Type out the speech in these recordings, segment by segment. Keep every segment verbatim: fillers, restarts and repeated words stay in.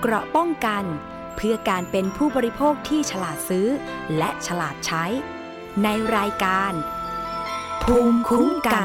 เกราะป้องกันเพื่อการเป็นผู้บริโภคที่ฉลาดซื้อและฉลาดใช้ในรายการภูมิคุ้มกัน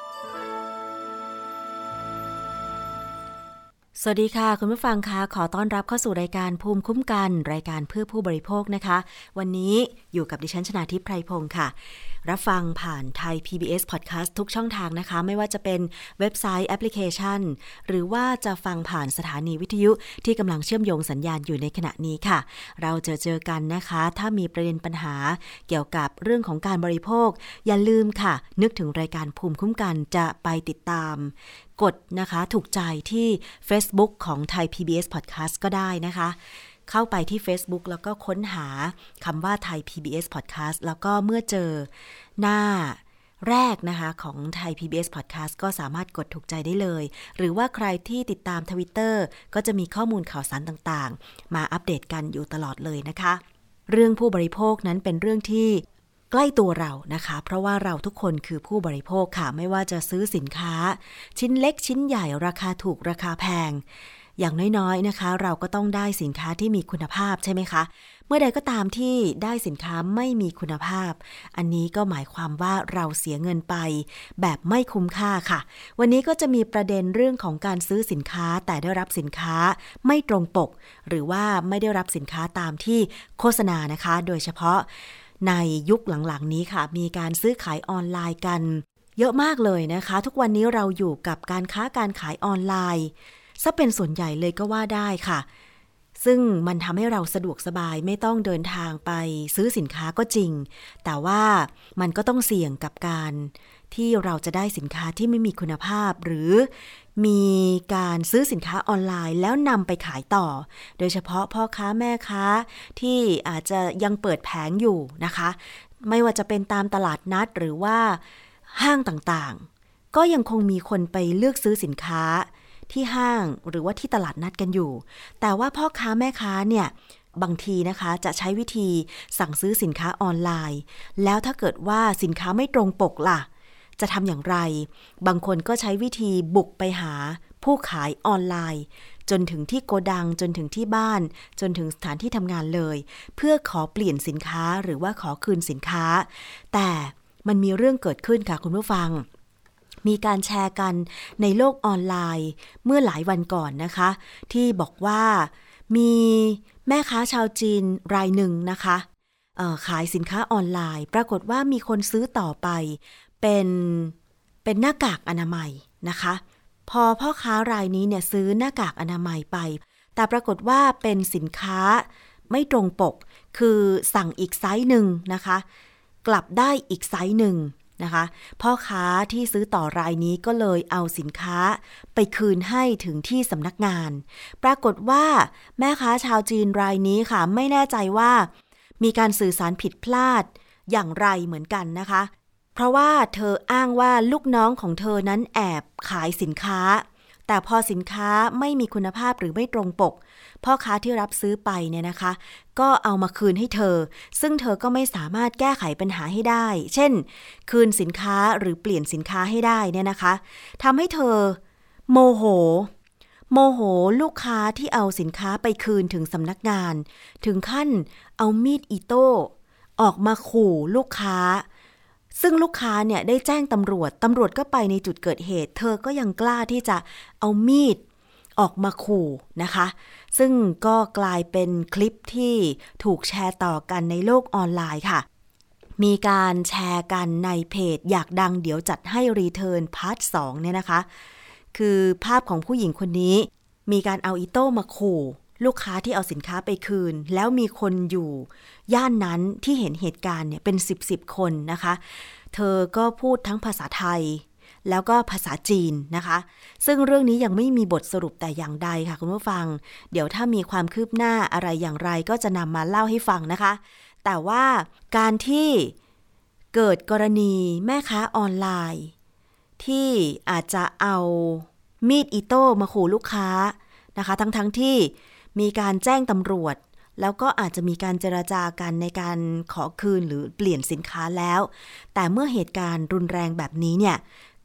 สวัสดีค่ะคุณผู้ฟังคะขอต้อนรับเข้าสู่รายการภูมิคุ้มกันรายการเพื่อผู้บริโภคนะคะวันนี้อยู่กับดิฉันชนาทิพย์ไพรพงศ์ค่ะรับฟังผ่านไทย พี บี เอส Podcast ทุกช่องทางนะคะไม่ว่าจะเป็นเว็บไซต์แอปพลิเคชันหรือว่าจะฟังผ่านสถานีวิทยุที่กำลังเชื่อมโยงสัญญาณอยู่ในขณะนี้ค่ะเราจะเจอกันนะคะถ้ามีประเด็นปัญหาเกี่ยวกับเรื่องของการบริโภคอย่าลืมค่ะนึกถึงรายการภูมิคุ้มกันจะไปติดตามกดนะคะถูกใจที่ Facebook ของ Thai พี บี เอส Podcast ก็ได้นะคะเข้าไปที่ Facebook แล้วก็ค้นหาคำว่า Thai พี บี เอส Podcast แล้วก็เมื่อเจอหน้าแรกนะคะของ Thai พี บี เอส Podcast ก็สามารถกดถูกใจได้เลยหรือว่าใครที่ติดตาม Twitter ก็จะมีข้อมูลข่าวสารต่างๆมาอัปเดตกันอยู่ตลอดเลยนะคะเรื่องผู้บริโภคนั้นเป็นเรื่องที่ใกล้ตัวเรานะคะเพราะว่าเราทุกคนคือผู้บริโภคค่ะไม่ว่าจะซื้อสินค้าชิ้นเล็กชิ้นใหญ่ราคาถูกราคาแพงอย่างน้อยๆนะคะเราก็ต้องได้สินค้าที่มีคุณภาพใช่ไหมคะเมื่อใดก็ตามที่ได้สินค้าไม่มีคุณภาพอันนี้ก็หมายความว่าเราเสียเงินไปแบบไม่คุ้มค่าค่ะวันนี้ก็จะมีประเด็นเรื่องของการซื้อสินค้าแต่ได้รับสินค้าไม่ตรงปกหรือว่าไม่ได้รับสินค้าตามที่โฆษณานะคะโดยเฉพาะในยุคหลังๆนี้ค่ะมีการซื้อขายออนไลน์กันเยอะมากเลยนะคะทุกวันนี้เราอยู่กับการค้าการขายออนไลน์ซะเป็นส่วนใหญ่เลยก็ว่าได้ค่ะซึ่งมันทำให้เราสะดวกสบายไม่ต้องเดินทางไปซื้อสินค้าก็จริงแต่ว่ามันก็ต้องเสี่ยงกับการที่เราจะได้สินค้าที่ไม่มีคุณภาพหรือมีการซื้อสินค้าออนไลน์แล้วนำไปขายต่อโดยเฉพาะพ่อค้าแม่ค้าที่อาจจะยังเปิดแผงอยู่นะคะไม่ว่าจะเป็นตามตลาดนัดหรือว่าห้างต่างๆก็ยังคงมีคนไปเลือกซื้อสินค้าที่ห้างหรือว่าที่ตลาดนัดกันอยู่แต่ว่าพ่อค้าแม่ค้าเนี่ยบางทีนะคะจะใช้วิธีสั่งซื้อสินค้าออนไลน์แล้วถ้าเกิดว่าสินค้าไม่ตรงปกล่ะจะทำอย่างไรบางคนก็ใช้วิธีบุกไปหาผู้ขายออนไลน์จนถึงที่โกดังจนถึงที่บ้านจนถึงสถานที่ทำงานเลยเพื่อขอเปลี่ยนสินค้าหรือว่าขอคืนสินค้าแต่มันมีเรื่องเกิดขึ้นค่ะคุณผู้ฟังมีการแชร์กันในโลกออนไลน์เมื่อหลายวันก่อนนะคะที่บอกว่ามีแม่ค้าชาวจีนรายหนึ่งนะคะเอ่อขายสินค้าออนไลน์ปรากฏว่ามีคนซื้อต่อไปเป็นเป็นหน้ากากอนามัยนะคะพอพ่อค้ารายนี้เนี่ยซื้อหน้ากากอนามัยไปแต่ปรากฏว่าเป็นสินค้าไม่ตรงปกคือสั่งอีกไซส์หนึ่งนะคะกลับได้อีกไซส์หนึ่งนะคะพ่อค้าที่ซื้อต่อรายนี้ก็เลยเอาสินค้าไปคืนให้ถึงที่สำนักงานปรากฏว่าแม่ค้าชาวจีนรายนี้ค่ะไม่แน่ใจว่ามีการสื่อสารผิดพลาดอย่างไรเหมือนกันนะคะเพราะว่าเธออ้างว่าลูกน้องของเธอนั้นแอบขายสินค้าแต่พอสินค้าไม่มีคุณภาพหรือไม่ตรงปกพ่อค้าที่รับซื้อไปเนี่ยนะคะก็เอามาคืนให้เธอซึ่งเธอก็ไม่สามารถแก้ไขปัญหาให้ได้เช่นคืนสินค้าหรือเปลี่ยนสินค้าให้ได้เนี่ยนะคะทำให้เธอโมโหโมโหลูกค้าที่เอาสินค้าไปคืนถึงสำนักงานถึงขั้นเอามีดอิโต้ออกมาขู่ลูกค้าซึ่งลูกค้าเนี่ยได้แจ้งตำรวจตำรวจก็ไปในจุดเกิดเหตุเธอก็ยังกล้าที่จะเอามีดออกมาขู่นะคะซึ่งก็กลายเป็นคลิปที่ถูกแชร์ต่อกันในโลกออนไลน์ค่ะมีการแชร์กันในเพจอยากดังเดี๋ยวจัดให้รีเทิร์นพาร์ทสองเนี่ยนะคะคือภาพของผู้หญิงคนนี้มีการเอาอิโต้มาขู่ลูกค้าที่เอาสินค้าไปคืนแล้วมีคนอยู่ย่านนั้นที่เห็นเหตุการณ์เนี่ยเป็นสิบสิบคนนะคะเธอก็พูดทั้งภาษาไทยแล้วก็ภาษาจีนนะคะซึ่งเรื่องนี้ยังไม่มีบทสรุปแต่อย่างใดค่ะคุณผู้ฟังเดี๋ยวถ้ามีความคืบหน้าอะไรอย่างไรก็จะนำมาเล่าให้ฟังนะคะแต่ว่าการที่เกิดกรณีแม่ค้าออนไลน์ที่อาจจะเอามีดอิโต้มาขู่ลูกค้านะคะทั้งๆที่มีการแจ้งตำรวจแล้วก็อาจจะมีการเจรจากันในการขอคืนหรือเปลี่ยนสินค้าแล้วแต่เมื่อเหตุการณ์รุนแรงแบบนี้เนี่ย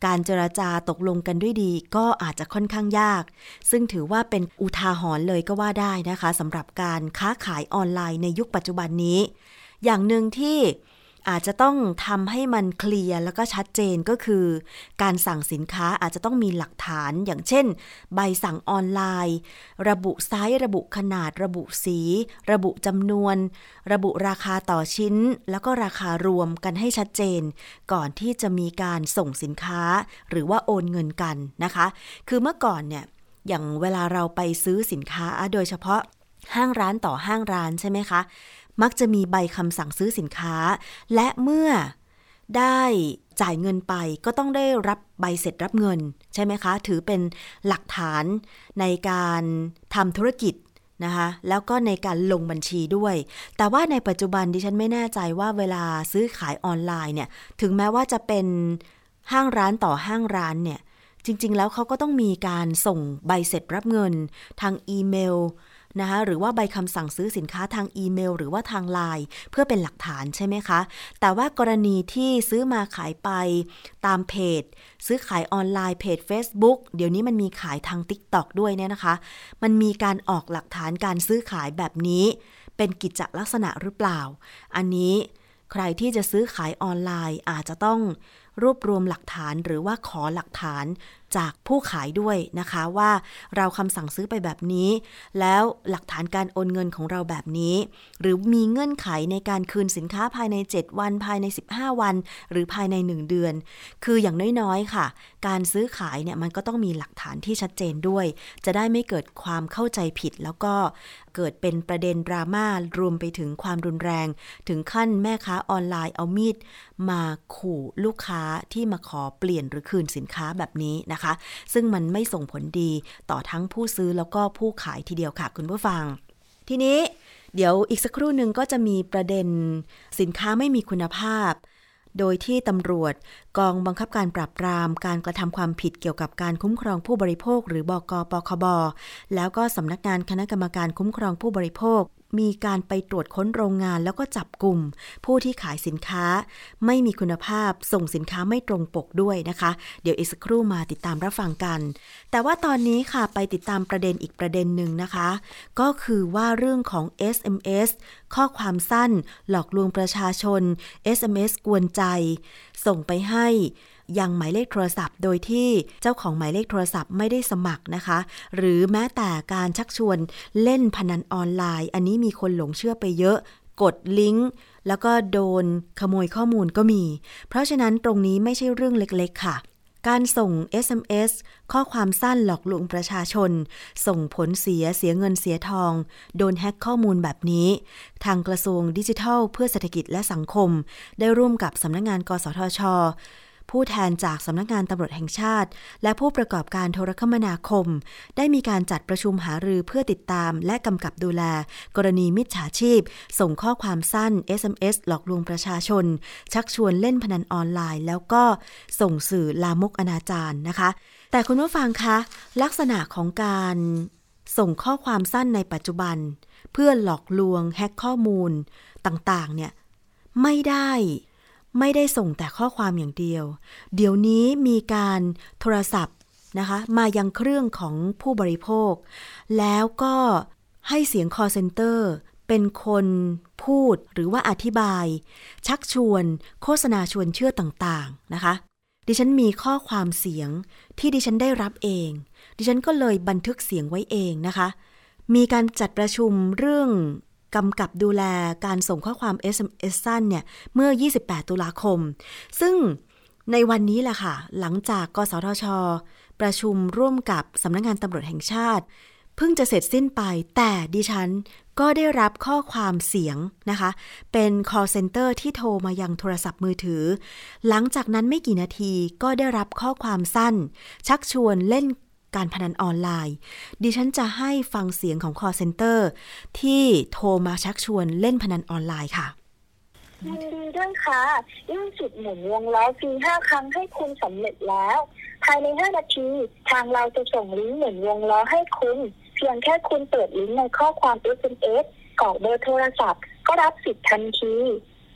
การเจรจาตกลงกันด้วยดีก็อาจจะค่อนข้างยากซึ่งถือว่าเป็นอุทาหรณ์เลยก็ว่าได้นะคะสำหรับการค้าขายออนไลน์ในยุคปัจจุบันนี้อย่างหนึ่งที่อาจจะต้องทำให้มันเคลียร์แล้วก็ชัดเจนก็คือการสั่งสินค้าอาจจะต้องมีหลักฐานอย่างเช่นใบสั่งออนไลน์ระบุไซส์ระบุขนาดระบุสีระบุจำนวนระบุราคาต่อชิ้นแล้วก็ราคารวมกันให้ชัดเจนก่อนที่จะมีการส่งสินค้าหรือว่าโอนเงินกันนะคะคือเมื่อก่อนเนี่ยอย่างเวลาเราไปซื้อสินค้าโดยเฉพาะห้างร้านต่อห้างร้านใช่ไหมคะมักจะมีใบคำสั่งซื้อสินค้าและเมื่อได้จ่ายเงินไปก็ต้องได้รับใบเสร็จรับเงินใช่ไหมคะถือเป็นหลักฐานในการทำธุรกิจนะคะแล้วก็ในการลงบัญชีด้วยแต่ว่าในปัจจุบันดิฉันไม่แน่ใจว่าเวลาซื้อขายออนไลน์เนี่ยถึงแม้ว่าจะเป็นห้างร้านต่อห้างร้านเนี่ยจริงๆแล้วเขาก็ต้องมีการส่งใบเสร็จรับเงินทางอีเมลนะคะหรือว่าใบคำสั่งซื้อสินค้าทางอีเมลหรือว่าทางไลน์เพื่อเป็นหลักฐานใช่ไหมคะแต่ว่ากรณีที่ซื้อมาขายไปตามเพจซื้อขายออนไลน์เพจ Facebook เดี๋ยวนี้มันมีขายทาง TikTok ด้วยเนี่ยนะคะมันมีการออกหลักฐานการซื้อขายแบบนี้เป็นกิจลักษณะหรือเปล่าอันนี้ใครที่จะซื้อขายออนไลน์อาจจะต้องรวบรวมหลักฐานหรือว่าขอหลักฐานจากผู้ขายด้วยนะคะว่าเราคำสั่งซื้อไปแบบนี้แล้วหลักฐานการโอนเงินของเราแบบนี้หรือมีเงื่อนไขในการคืนสินค้าภายในเจ็ดวันภายในสิบห้าวันหรือภายในหนึ่งเดือนคืออย่างน้อยๆค่ะการซื้อขายเนี่ยมันก็ต้องมีหลักฐานที่ชัดเจนด้วยจะได้ไม่เกิดความเข้าใจผิดแล้วก็เกิดเป็นประเด็นดราม่ารวมไปถึงความรุนแรงถึงขั้นแม่ค้าออนไลน์เอามีดมาขู่ลูกค้าที่มาขอเปลี่ยนหรือคืนสินค้าแบบนี้นะคะซึ่งมันไม่ส่งผลดีต่อทั้งผู้ซื้อแล้วก็ผู้ขายทีเดียวค่ะคุณผู้ฟังทีนี้เดี๋ยวอีกสักครู่หนึ่งก็จะมีประเด็นสินค้าไม่มีคุณภาพโดยที่ตำรวจกองบังคับการปราบปรามการกระทำความผิดเกี่ยวกับการคุ้มครองผู้บริโภคหรือบก.ปคบ.แล้วก็สำนักงานคณะกรรมการคุ้มครองผู้บริโภคมีการไปตรวจค้นโรงงานแล้วก็จับกลุ่มผู้ที่ขายสินค้าไม่มีคุณภาพส่งสินค้าไม่ตรงปกด้วยนะคะเดี๋ยวอีกสักครู่มาติดตามรับฟังกันแต่ว่าตอนนี้ค่ะไปติดตามประเด็นอีกประเด็นหนึ่งนะคะก็คือว่าเรื่องของ เอส เอ็ม เอส ข้อความสั้นหลอกลวงประชาชน เอส เอ็ม เอส กวนใจส่งไปให้ยังหมายเลขโทรศัพท์โดยที่เจ้าของหมายเลขโทรศัพท์ไม่ได้สมัครนะคะหรือแม้แต่การชักชวนเล่นพนันออนไลน์อันนี้มีคนหลงเชื่อไปเยอะกดลิงก์แล้วก็โดนขโมยข้อมูลก็มีเพราะฉะนั้นตรงนี้ไม่ใช่เรื่องเล็กๆค่ะการส่ง เอส เอ็ม เอส ข้อความสั้นหลอกลวงประชาชนส่งผลเสียเสียเงินเสียทองโดนแฮ็กข้อมูลแบบนี้ทางกระทรวงดิจิทัลเพื่อเศรษฐกิจและสังคมได้ร่วมกับสำนักงานกสทช.ผู้แทนจากสำนักงานตำรวจแห่งชาติและผู้ประกอบการโทรคมนาคมได้มีการจัดประชุมหารือเพื่อติดตามและกำกับดูแลกรณีมิจฉาชีพส่งข้อความสั้น เอส เอ็ม เอส หลอกลวงประชาชนชักชวนเล่นพนันออนไลน์แล้วก็ส่งสื่อลามกอนาจารนะคะแต่คุณผู้ฟังคะลักษณะของการส่งข้อความสั้นในปัจจุบันเพื่อหลอกลวงแฮ็กข้อมูลต่างๆเนี่ยไม่ได้ไม่ได้ส่งแต่ข้อความอย่างเดียวเดี๋ยวนี้มีการโทรศัพท์นะคะมายังเครื่องของผู้บริโภคแล้วก็ให้เสียง call center เป็นคนพูดหรือว่าอธิบายชักชวนโฆษณาชวนเชื่อต่างๆนะคะดิฉันมีข้อความเสียงที่ดิฉันได้รับเองดิฉันก็เลยบันทึกเสียงไว้เองนะคะมีการจัดประชุมเรื่องกำกับดูแลการส่งข้อความ เอส เอ็ม เอส สั้นเนี่ยเมื่อยี่สิบแปดตุลาคมซึ่งในวันนี้แหละค่ะหลังจากกสทช.ประชุมร่วมกับสำนักงานตำรวจแห่งชาติเพิ่งจะเสร็จสิ้นไปแต่ดิฉันก็ได้รับข้อความเสียงนะคะเป็น call center ที่โทรมายังโทรศัพท์มือถือหลังจากนั้นไม่กี่นาทีก็ได้รับข้อความสั้นชักชวนเล่นการพนันออนไลน์ดิฉันจะให้ฟังเสียงของ call center ที่โทรมาชักชวนเล่นพนันออนไลน์ค่ะยินดีด้วยค่ะยื่นสิทธิ์หมุนวงล้อฟรีห้าครั้งให้คุณสำเร็จแล้วภายในห้านาทีทางเราจะส่งลิงก์หมุนวงล้อให้คุณเพียงแค่คุณเปิดลิงก์ในข้อความ เอส เอ็ม เอส กรอกเบอร์โทรศัพท์ก็รับสิทธิ์ทันที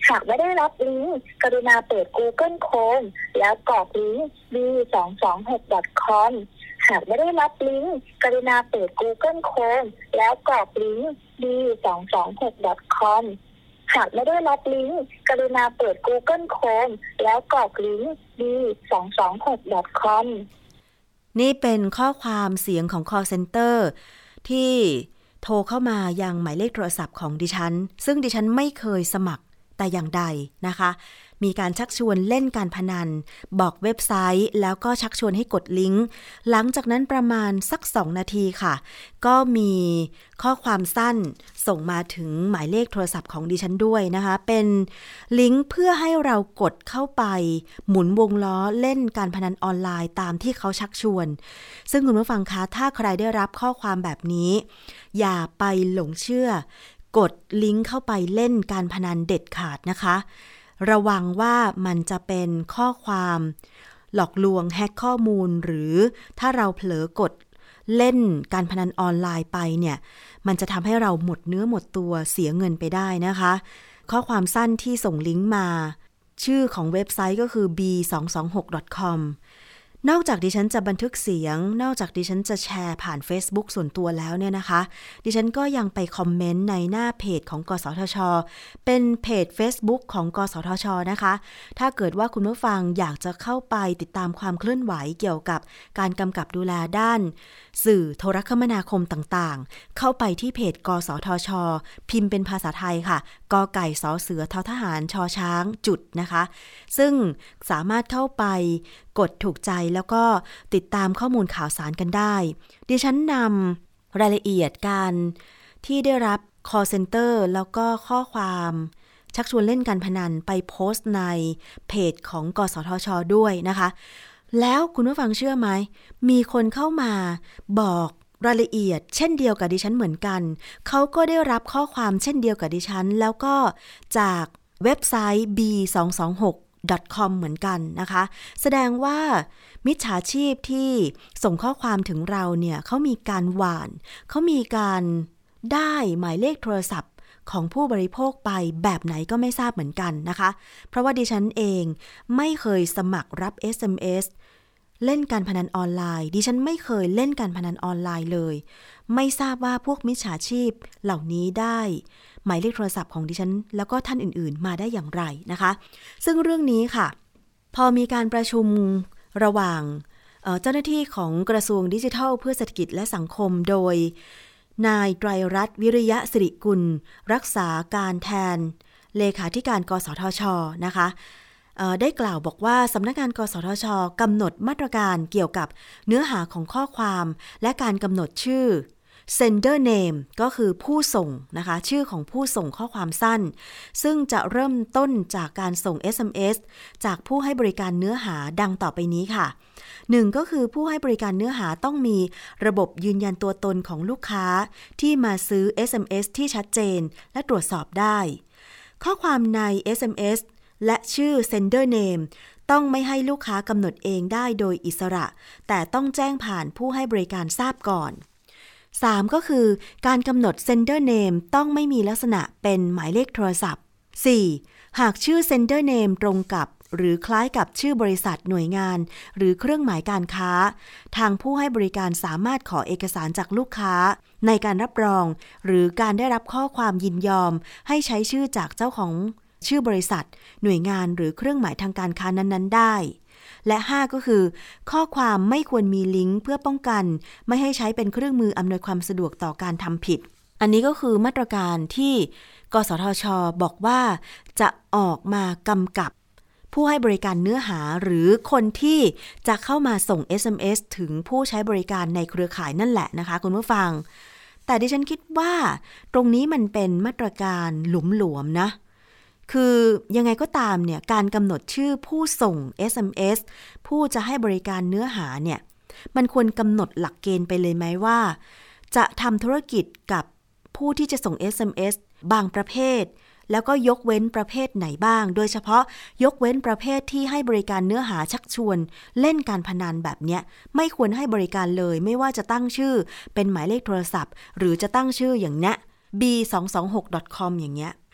หากไม่ได้รับลิงก์กรุณาเปิด Google Chrome แล้วกรอกลิงก์ บี สอง สอง หก ดอท คอม หากไม่ได้รับลิงก์กรุณาเปิด Google Chrome แล้วกรอกลิงก์ บี สอง สอง หก ดอท คอม หากไม่ได้รับลิงก์กรุณาเปิด Google Chrome แล้วกรอกลิงก์ บี สอง สอง หก ดอท คอมนี่เป็นข้อความเสียงของ call center ที่โทรเข้ามายังหมายเลขโทรศัพท์ของดิฉันซึ่งดิฉันไม่เคยสมัครแต่อย่างใดนะคะมีการชักชวนเล่นการพนันบอกเว็บไซต์แล้วก็ชักชวนให้กดลิงก์หลังจากนั้นประมาณสักสองนาทีค่ะก็มีข้อความสั้นส่งมาถึงหมายเลขโทรศัพท์ของดิฉันด้วยนะคะเป็นลิงก์เพื่อให้เรากดเข้าไปหมุนวงล้อเล่นการพนันออนไลน์ตามที่เขาชักชวนซึ่งคุณผู้ฟังคะถ้าใครได้รับข้อความแบบนี้อย่าไปหลงเชื่อกดลิงก์เข้าไปเล่นการพนันเด็ดขาดนะคะระวังว่ามันจะเป็นข้อความหลอกลวงแฮกข้อมูลหรือถ้าเราเผลอกดเล่นการพนันออนไลน์ไปเนี่ยมันจะทำให้เราหมดเนื้อหมดตัวเสียเงินไปได้นะคะข้อความสั้นที่ส่งลิงก์มาชื่อของเว็บไซต์ก็คือ บี สอง สอง หก ดอท คอมนอกจากดิฉันจะบันทึกเสียงนอกจากดิฉันจะแชร์ผ่าน Facebook ส่วนตัวแล้วเนี่ยนะคะดิฉันก็ยังไปคอมเมนต์ในหน้าเพจของกสทช.เป็นเพจ Facebook ของกสทช.นะคะถ้าเกิดว่าคุณผู้ฟังอยากจะเข้าไปติดตามความเคลื่อนไหวเกี่ยวกับการกำกับดูแลด้านสื่อโทรคมนาคมต่างๆเข้าไปที่เพจกสทช.พิมพ์เป็นภาษาไทยค่ะกไก่สเสือททหารชช้างจุดนะคะซึ่งสามารถเข้าไปกดถูกใจแล้วก็ติดตามข้อมูลข่าวสารกันได้ดิฉันนำรายละเอียดการที่ได้รับ call center แล้วก็ข้อความชักชวนเล่นการพนันไปโพสต์ในเพจของกสทช.ด้วยนะคะแล้วคุณผู้ฟังเชื่อไหมมีคนเข้ามาบอกรายละเอียดเช่นเดียวกับดิฉันเหมือนกันเขาก็ได้รับข้อความเช่นเดียวกับดิฉันแล้วก็จากเว็บไซต์ บี สอง สอง หก.com เหมือนกันนะคะแสดงว่ามิจฉาชีพที่ส่งข้อความถึงเราเนี่ยเขามีการหว่านเขามีการได้หมายเลขโทรศัพท์ของผู้บริโภคไปแบบไหนก็ไม่ทราบเหมือนกันนะคะเพราะว่าดิฉันเองไม่เคยสมัครรับ เอส เอ็ม เอส เล่นการพนันออนไลน์ดิฉันไม่เคยเล่นการพนันออนไลน์เลยไม่ทราบว่าพวกมิจฉาชีพเหล่านี้ได้หมายเลขโทรศัพท์ของดิฉันแล้วก็ท่านอื่นๆมาได้อย่างไรนะคะซึ่งเรื่องนี้ค่ะพอมีการประชุมระหว่างเอ่อเจ้าหน้าที่ของกระทรวงดิจิทัลเพื่อเศรษฐกิจและสังคมโดยนายไตรรัตน์วิริยะสิริกุลรักษาการแทนเลขาธิการกสทช.นะคะได้กล่าวบอกว่าสำนักงานกสทช.กำหนดมาตรการเกี่ยวกับเนื้อหาของข้อความและการกำหนดชื่อ sender name ก็คือผู้ส่งนะคะชื่อของผู้ส่งข้อความสั้นซึ่งจะเริ่มต้นจากการส่ง เอส เอ็ม เอส จากผู้ให้บริการเนื้อหาดังต่อไปนี้ค่ะหนึ่งก็คือผู้ให้บริการเนื้อหาต้องมีระบบยืนยันตัวตนของลูกค้าที่มาซื้อ เอส เอ็ม เอส ที่ชัดเจนและตรวจสอบได้ข้อความใน เอส เอ็ม เอส และชื่อ sender name ต้องไม่ให้ลูกค้ากำหนดเองได้โดยอิสระแต่ต้องแจ้งผ่านผู้ให้บริการทราบก่อนสามก็คือการกำหนด sender name ต้องไม่มีลักษณะเป็นหมายเลขโทรศัพท์สี่หากชื่อ sender name ตรงกับหรือคล้ายกับชื่อบริษัทหน่วยงานหรือเครื่องหมายการค้าทางผู้ให้บริการสามารถขอเอกสารจากลูกค้าในการรับรองหรือการได้รับข้อความยินยอมให้ใช้ชื่อจากเจ้าของชื่อบริษัทหน่วยงานหรือเครื่องหมายทางการค้านั้นๆได้และห้าก็คือข้อความไม่ควรมีลิงก์เพื่อป้องกันไม่ให้ใช้เป็นเครื่องมืออำนวยความสะดวกต่อการทำผิดอันนี้ก็คือมาตรการที่กสทช.บอกว่าจะออกมากำกับผู้ให้บริการเนื้อหาหรือคนที่จะเข้ามาส่ง เอส เอ็ม เอส ถึงผู้ใช้บริการในเครือข่ายนั่นแหละนะคะคุณผู้ฟังแต่ดิฉันคิดว่าตรงนี้มันเป็นมาตรการหลวมๆนะคือยังไงก็ตามเนี่ยการกำหนดชื่อผู้ส่ง เอส เอ็ม เอส ผู้จะให้บริการเนื้อหาเนี่ยมันควรกำหนดหลักเกณฑ์ไปเลยไหมว่าจะทำธุรกิจกับผู้ที่จะส่ง เอส เอ็ม เอส บางประเภทแล้วก็ยกเว้นประเภทไหนบ้างโดยเฉพาะยกเว้นประเภทที่ให้บริการเนื้อหาชักชวนเล่นการพนันแบบเนี้ยไม่ควรให้บริการเลยไม่ว่าจะตั้งชื่อเป็นหมายเลขโทรศัพท์หรือจะตั้งชื่ออย่างเนี้ย บี สอง สอง หก ดอท คอม อย่างเงี้ย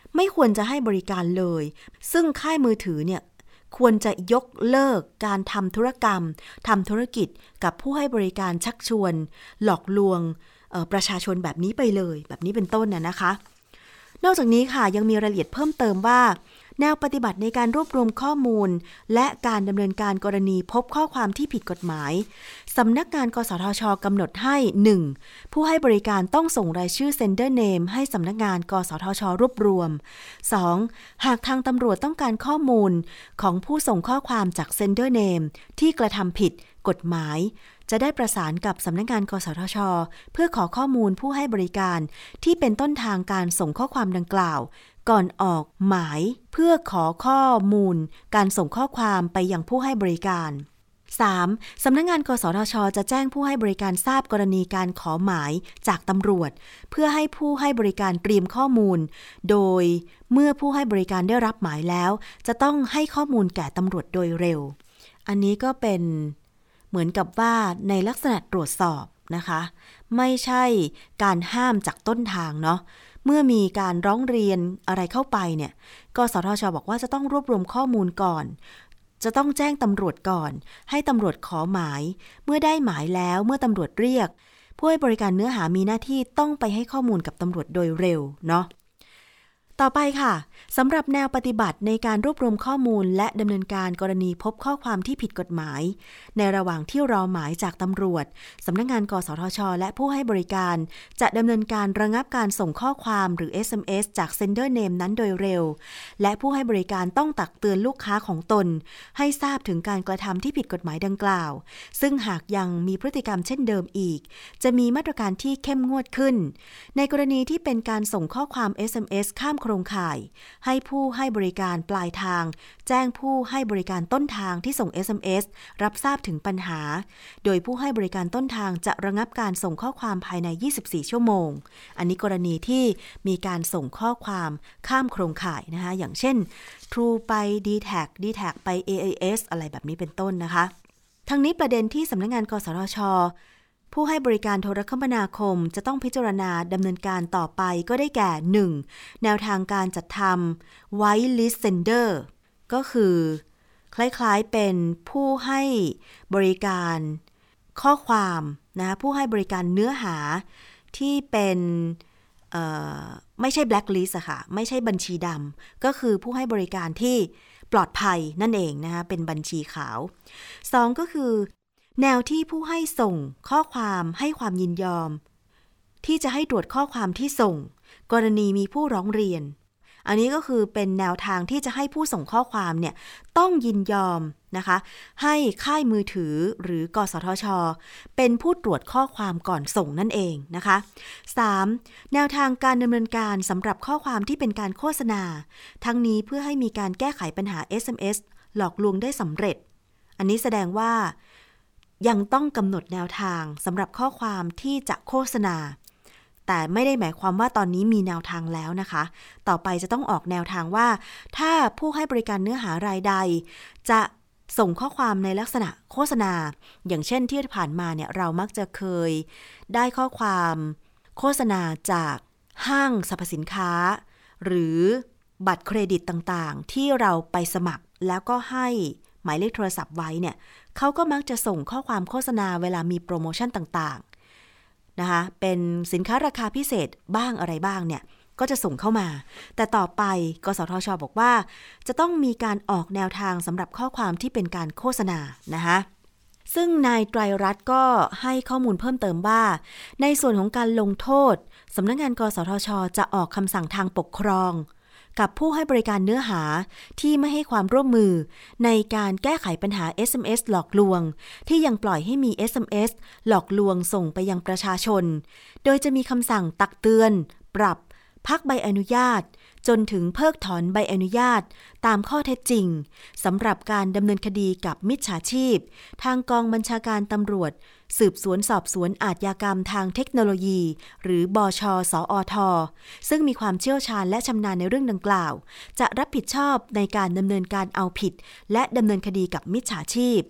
ไม่ควรจะให้บริการเลยซึ่งค่ายมือถือเนี่ยควรจะยกเลิกการทำธุรกรรมทำธุรกิจกับผู้ให้บริการชักชวนหลอกลวงประชาชนแบบนี้ไปเลยแบบนี้เป็นต้นน่ะนะคะนอกจากนี้ค่ะยังมีรายละเอียดเพิ่มเติมว่าแนวปฏิบัติในการรวบรวมข้อมูลและการดำเนินการกรณีพบข้อความที่ผิดกฎหมายสำนักงานกสทช.กำหนดให้ หนึ่ง ผู้ให้บริการต้องส่งรายชื่อ sender name ให้สำนักงานกสทช.รวบรวม สอง หากทางตำรวจต้องการข้อมูลของผู้ส่งข้อความจาก sender name ที่กระทำผิดกฎหมายจะได้ประสานกับสำนักงานกสทช.เพื่อขอข้อมูลผู้ให้บริการที่เป็นต้นทางการส่งข้อความดังกล่าวก่อนออกหมายเพื่อขอข้อมูลการส่งข้อความไปยังผู้ให้บริการ สาม. สำนักงานกสทช.จะแจ้งผู้ให้บริการทราบกรณีการขอหมายจากตำรวจเพื่อให้ผู้ให้บริการเตรียมข้อมูลโดยเมื่อผู้ให้บริการได้รับหมายแล้วจะต้องให้ข้อมูลแก่ตำรวจโดยเร็วอันนี้ก็เป็นเหมือนกับว่าในลักษณะตรวจสอบนะคะไม่ใช่การห้ามจากต้นทางเนาะเมื่อมีการร้องเรียนอะไรเข้าไปเนี่ยกสทช.บอกว่าจะต้องรวบรวมข้อมูลก่อนจะต้องแจ้งตำรวจก่อนให้ตำรวจขอหมายเมื่อได้หมายแล้วเมื่อตำรวจเรียกผู้ให้บริการเนื้อหามีหน้าที่ต้องไปให้ข้อมูลกับตำรวจโดยเร็วเนาะต่อไปค่ะสำหรับแนวปฏิบัติในการรวบรวมข้อมูลและดำเนินการกรณีพบข้อความที่ผิดกฎหมายในระหว่างที่รอหมายจากตำรวจสำนักงานกสทช.และผู้ให้บริการจะดำเนินการระงับการส่งข้อความหรือ เอส เอ็ม เอส จาก sender name นั้นโดยเร็วและผู้ให้บริการต้องตักเตือนลูกค้าของตนให้ทราบถึงการกระทำที่ผิดกฎหมายดังกล่าวซึ่งหากยังมีพฤติกรรมเช่นเดิมอีกจะมีมาตรการที่เข้มงวดขึ้นในกรณีที่เป็นการส่งข้อความ เอส เอ็ม เอส ข้ามโครงข่ายให้ผู้ให้บริการปลายทางแจ้งผู้ให้บริการต้นทางที่ส่ง เอส เอ็ม เอส รับทราบถึงปัญหาโดยผู้ให้บริการต้นทางจะระงับการส่งข้อความภายในยี่สิบสี่ชั่วโมงอันนี้กรณีที่มีการส่งข้อความข้ามโครงข่ายนะคะอย่างเช่น True ไป ดี แท็ก ดี แท็ก ไป เอ ไอ เอส อะไรแบบนี้เป็นต้นนะคะทั้งนี้ประเด็นที่สำนักงานกสทช.ผู้ให้บริการโทรคมนาคมจะต้องพิจารณาดำเนินการต่อไปก็ได้แก่ หนึ่ง แนวทางการจัดทำ White List Sender ก็คือคล้ายๆเป็นผู้ให้บริการข้อความนะผู้ให้บริการเนื้อหาที่เป็นไม่ใช่ blacklist อะค่ะไม่ใช่บัญชีดำก็คือผู้ให้บริการที่ปลอดภัยนั่นเองนะคะเป็นบัญชีขาว สอง ก็คือแนวที่ผู้ให้ส่งข้อความให้ความยินยอมที่จะให้ตรวจข้อความที่ส่งกรณีมีผู้ร้องเรียนอันนี้ก็คือเป็นแนวทางที่จะให้ผู้ส่งข้อความเนี่ยต้องยินยอมนะคะให้ค่ายมือถือหรือกสทช.เป็นผู้ตรวจข้อความก่อนส่งนั่นเองนะคะ สาม แนวทางการดำเนินการสำหรับข้อความที่เป็นการโฆษณาทั้งนี้เพื่อให้มีการแก้ไขปัญหา เอส เอ็ม เอส หลอกลวงได้สำเร็จอันนี้แสดงว่ายังต้องกำหนดแนวทางสำหรับข้อความที่จะโฆษณาแต่ไม่ได้หมายความว่าตอนนี้มีแนวทางแล้วนะคะต่อไปจะต้องออกแนวทางว่าถ้าผู้ให้บริการเนื้อหารายใดจะส่งข้อความในลักษณะโฆษณาอย่างเช่นที่ผ่านมาเนี่ยเรามักจะเคยได้ข้อความโฆษณาจากห้างสรรพสินค้าหรือบัตรเครดิตต่างๆที่เราไปสมัครแล้วก็ให้หมายเลขโทรศัพท์ไว้เนี่ยเขาก็มักจะส่งข้อความโฆษณาเวลามีโปรโมชั่นต่างๆนะคะเป็นสินค้าราคาพิเศษบ้างอะไรบ้างเนี่ยก็จะส่งเข้ามาแต่ต่อไปกสทช.บอกว่าจะต้องมีการออกแนวทางสำหรับข้อความที่เป็นการโฆษณานะคะซึ่งนายไตรรัตน์ก็ให้ข้อมูลเพิ่มเติมว่าในส่วนของการลงโทษสำนักงานกสทช.จะออกคำสั่งทางปกครองกับผู้ให้บริการเนื้อหาที่ไม่ให้ความร่วมมือในการแก้ไขปัญหา เอส เอ็ม เอส หลอกลวงที่ยังปล่อยให้มี เอส เอ็ม เอส หลอกลวงส่งไปยังประชาชนโดยจะมีคำสั่งตักเตือนปรับพักใบอนุญาตจนถึงเพิกถอนใบอนุญาตตามข้อเท็จจริงสำหรับการดำเนินคดีกับมิจฉาชีพทางกองบัญชาการตำรวจสืบสวนสอบสวนอาชญากรรมทางเทคโนโลยีหรือบช.สอท.ซึ่งมีความเชี่ยวชาญและชำนาญในเรื่องดังกล่าวจะรับผิดชอบในการดำเนินการเอาผิดและดำเนินคดีกับมิจฉาชีพ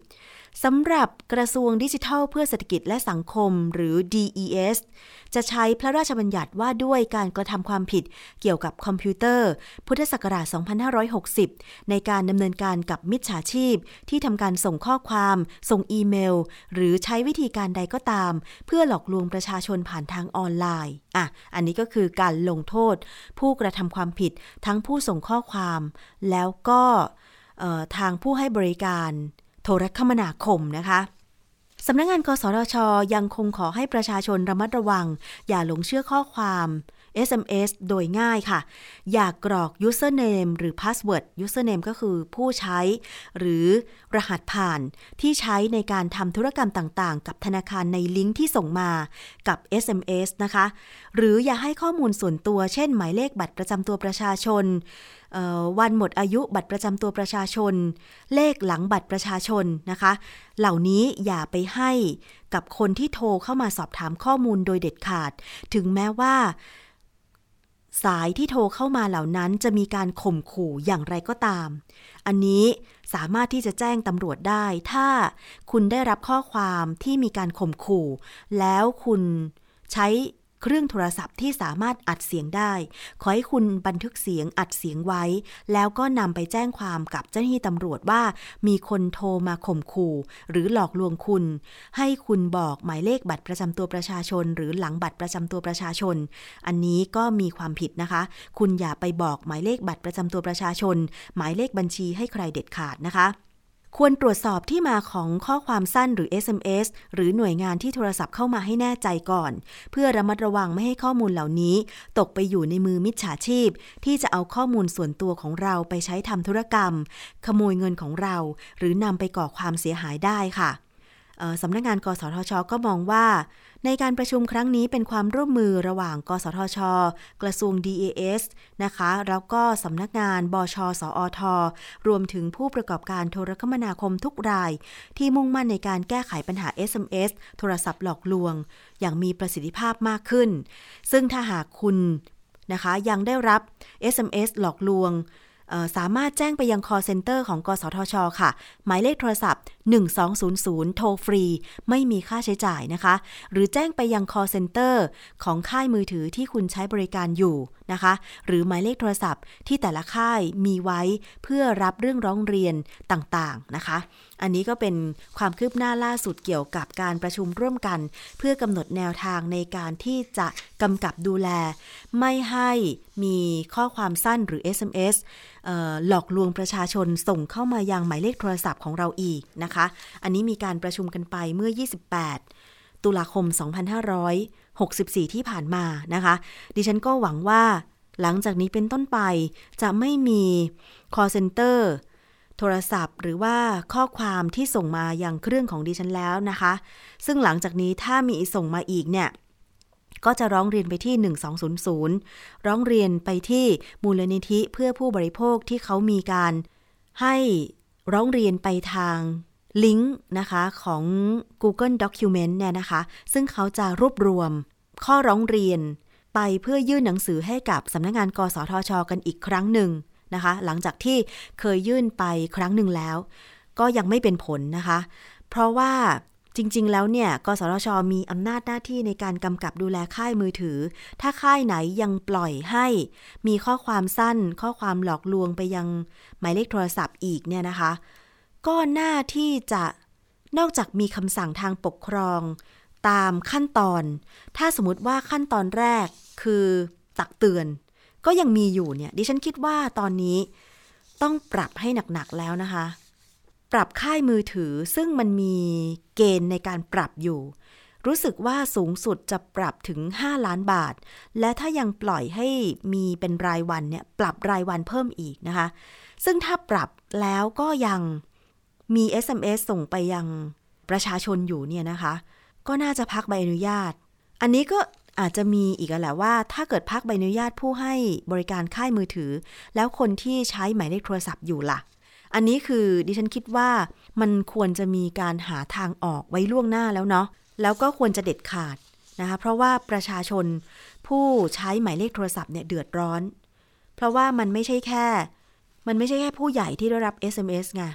สำหรับกระทรวงดิจิทัลเพื่อเศรษฐกิจและสังคมหรือ ดี อี เอส จะใช้พระราชบัญญัติว่าด้วยการกระทำความผิดเกี่ยวกับคอมพิวเตอร์พุทธศักราช สองพันห้าร้อยหกสิบ ในการดำเนินการกับมิจฉาชีพที่ทำการส่งข้อความส่งอีเมลหรือใช้วิธีการใดก็ตามเพื่อหลอกลวงประชาชนผ่านทางออนไลน์อ่ะอันนี้ก็คือการลงโทษผู้กระทำความผิดทั้งผู้ส่งข้อความแล้วก็ทางผู้ให้บริการโทรคมนาคมนะคะสำนักงานกสทช.ยังคงขอให้ประชาชนระมัดระวังอย่าหลงเชื่อข้อความ เอส เอ็ม เอส โดยง่ายค่ะอย่ากรอก username หรือ password username ก็คือผู้ใช้หรือรหัสผ่านที่ใช้ในการทำธุรกรรมต่างๆกับธนาคารในลิงก์ที่ส่งมากับ เอส เอ็ม เอส นะคะหรืออย่าให้ข้อมูลส่วนตัวเช่นหมายเลขบัตรประจำตัวประชาชนวันหมดอายุบัตรประจำตัวประชาชนเลขหลังบัตรประชาชนนะคะเหล่านี้อย่าไปให้กับคนที่โทรเข้ามาสอบถามข้อมูลโดยเด็ดขาดถึงแม้ว่าสายที่โทรเข้ามาเหล่านั้นจะมีการข่มขู่อย่างไรก็ตามอันนี้สามารถที่จะแจ้งตำรวจได้ถ้าคุณได้รับข้อความที่มีการข่มขู่แล้วคุณใช้เครื่องโทรศัพท์ที่สามารถอัดเสียงได้ขอให้คุณบันทึกเสียงอัดเสียงไว้แล้วก็นำไปแจ้งความกับเจ้าหน้าที่ตำรวจว่ามีคนโทรมาข่มขู่หรือหลอกลวงคุณให้คุณบอกหมายเลขบัตรประจำตัวประชาชนหรือหลังบัตรประจำตัวประชาชนอันนี้ก็มีความผิดนะคะคุณอย่าไปบอกหมายเลขบัตรประจำตัวประชาชนหมายเลขบัญชีให้ใครเด็ดขาดนะคะควรตรวจสอบที่มาของข้อความสั้นหรือ เอส เอ็ม เอส หรือหน่วยงานที่โทรศัพท์เข้ามาให้แน่ใจก่อนเพื่อระมัดระวังไม่ให้ข้อมูลเหล่านี้ตกไปอยู่ในมือมิจฉาชีพที่จะเอาข้อมูลส่วนตัวของเราไปใช้ทำธุรกรรมขโมยเงินของเราหรือนำไปก่อความเสียหายได้ค่ะสำนักงานกสทช.ก็มองว่าในการประชุมครั้งนี้เป็นความร่วมมือระหว่างกสทช.กระทรวง ดี เอ เอส นะคะแล้วก็สำนักงานบช.สอท.รวมถึงผู้ประกอบการโทรคมนาคมทุกรายที่มุ่งมั่นในการแก้ไขปัญหา เอส เอ็ม เอส โทรศัพท์หลอกลวงอย่างมีประสิทธิภาพมากขึ้นซึ่งถ้าหากคุณนะคะยังได้รับ เอส เอ็ม เอส หลอกลวงสามารถแจ้งไปยัง call center ของกสทช.ค่ะหมายเลขโทรศัพท์หนึ่งสองศูนย์ศูนย์โทรฟรีไม่มีค่าใช้จ่ายนะคะหรือแจ้งไปยัง call center ของค่ายมือถือที่คุณใช้บริการอยู่นะคะหรือหมายเลขโทรศัพท์ที่แต่ละค่ายมีไว้เพื่อรับเรื่องร้องเรียนต่างๆนะคะอันนี้ก็เป็นความคืบหน้าล่าสุดเกี่ยวกับการประชุมร่วมกันเพื่อกำหนดแนวทางในการที่จะกำกับดูแลไม่ให้มีข้อความสั้นหรือ เอส เอ็ม เอส เอ่อหลอกลวงประชาชนส่งเข้ามายังหมายเลขโทรศัพท์ของเราอีกนะคะอันนี้มีการประชุมกันไปเมื่อยี่สิบแปดตุลาคมสองพันห้าร้อยหกสิบสี่ที่ผ่านมานะคะดิฉันก็หวังว่าหลังจากนี้เป็นต้นไปจะไม่มี call center โทรศัพท์หรือว่าข้อความที่ส่งมายังเครื่องของดิฉันแล้วนะคะซึ่งหลังจากนี้ถ้ามีส่งมาอีกเนี่ยก็จะร้องเรียนไปที่หนึ่งสองศูนย์ศูนย์ร้องเรียนไปที่มูลนิธิเพื่อผู้บริโภคที่เขามีการให้ร้องเรียนไปทางลิงก์นะคะของ Google Document เนี่ยนะคะซึ่งเขาจะรวบรวมข้อร้องเรียนไปเพื่อยื่นหนังสือให้กับสำนักงานกสทช.กันอีกครั้งหนึ่งนะคะหลังจากที่เคยยื่นไปครั้งหนึ่งแล้วก็ยังไม่เป็นผลนะคะเพราะว่าจริงๆแล้วเนี่ยกสทช.มีอำนาจหน้าที่ในการกำกับดูแลค่ายมือถือถ้าค่ายไหนยังปล่อยให้มีข้อความสั้นข้อความหลอกลวงไปยังหมายเลขโทรศัพท์อีกเนี่ยนะคะก็น่าที่จะนอกจากมีคำสั่งทางปกครองตามขั้นตอนถ้าสมมติว่าขั้นตอนแรกคือตักเตือนก็ยังมีอยู่เนี่ยดิฉันคิดว่าตอนนี้ต้องปรับให้หนักๆแล้วนะคะปรับค่ายมือถือซึ่งมันมีเกณฑ์ในการปรับอยู่รู้สึกว่าสูงสุดจะปรับถึงห้าล้านบาทและถ้ายังปล่อยให้มีเป็นรายวันเนี่ยปรับรายวันเพิ่มอีกนะคะซึ่งถ้าปรับแล้วก็ยังมี เอส เอ็ม เอส ส่งไปยังประชาชนอยู่เนี่ยนะคะก็น่าจะพักใบอนุญาตอันนี้ก็อาจจะมีอีกแหละว่าถ้าเกิดพักใบอนุญาตผู้ให้บริการค่ายมือถือแล้วคนที่ใช้หมายเลขโทรศัพท์อยู่ล่ะอันนี้คือดิฉันคิดว่ามันควรจะมีการหาทางออกไว้ล่วงหน้าแล้วเนาะแล้วก็ควรจะเด็ดขาดนะคะเพราะว่าประชาชนผู้ใช้หมายเลขโทรศัพท์เนี่ยเดือดร้อนเพราะว่ามันไม่ใช่แค่มันไม่ใช่แค่ผู้ใหญ่ที่ได้รับ เอส เอ็ม เอส ไง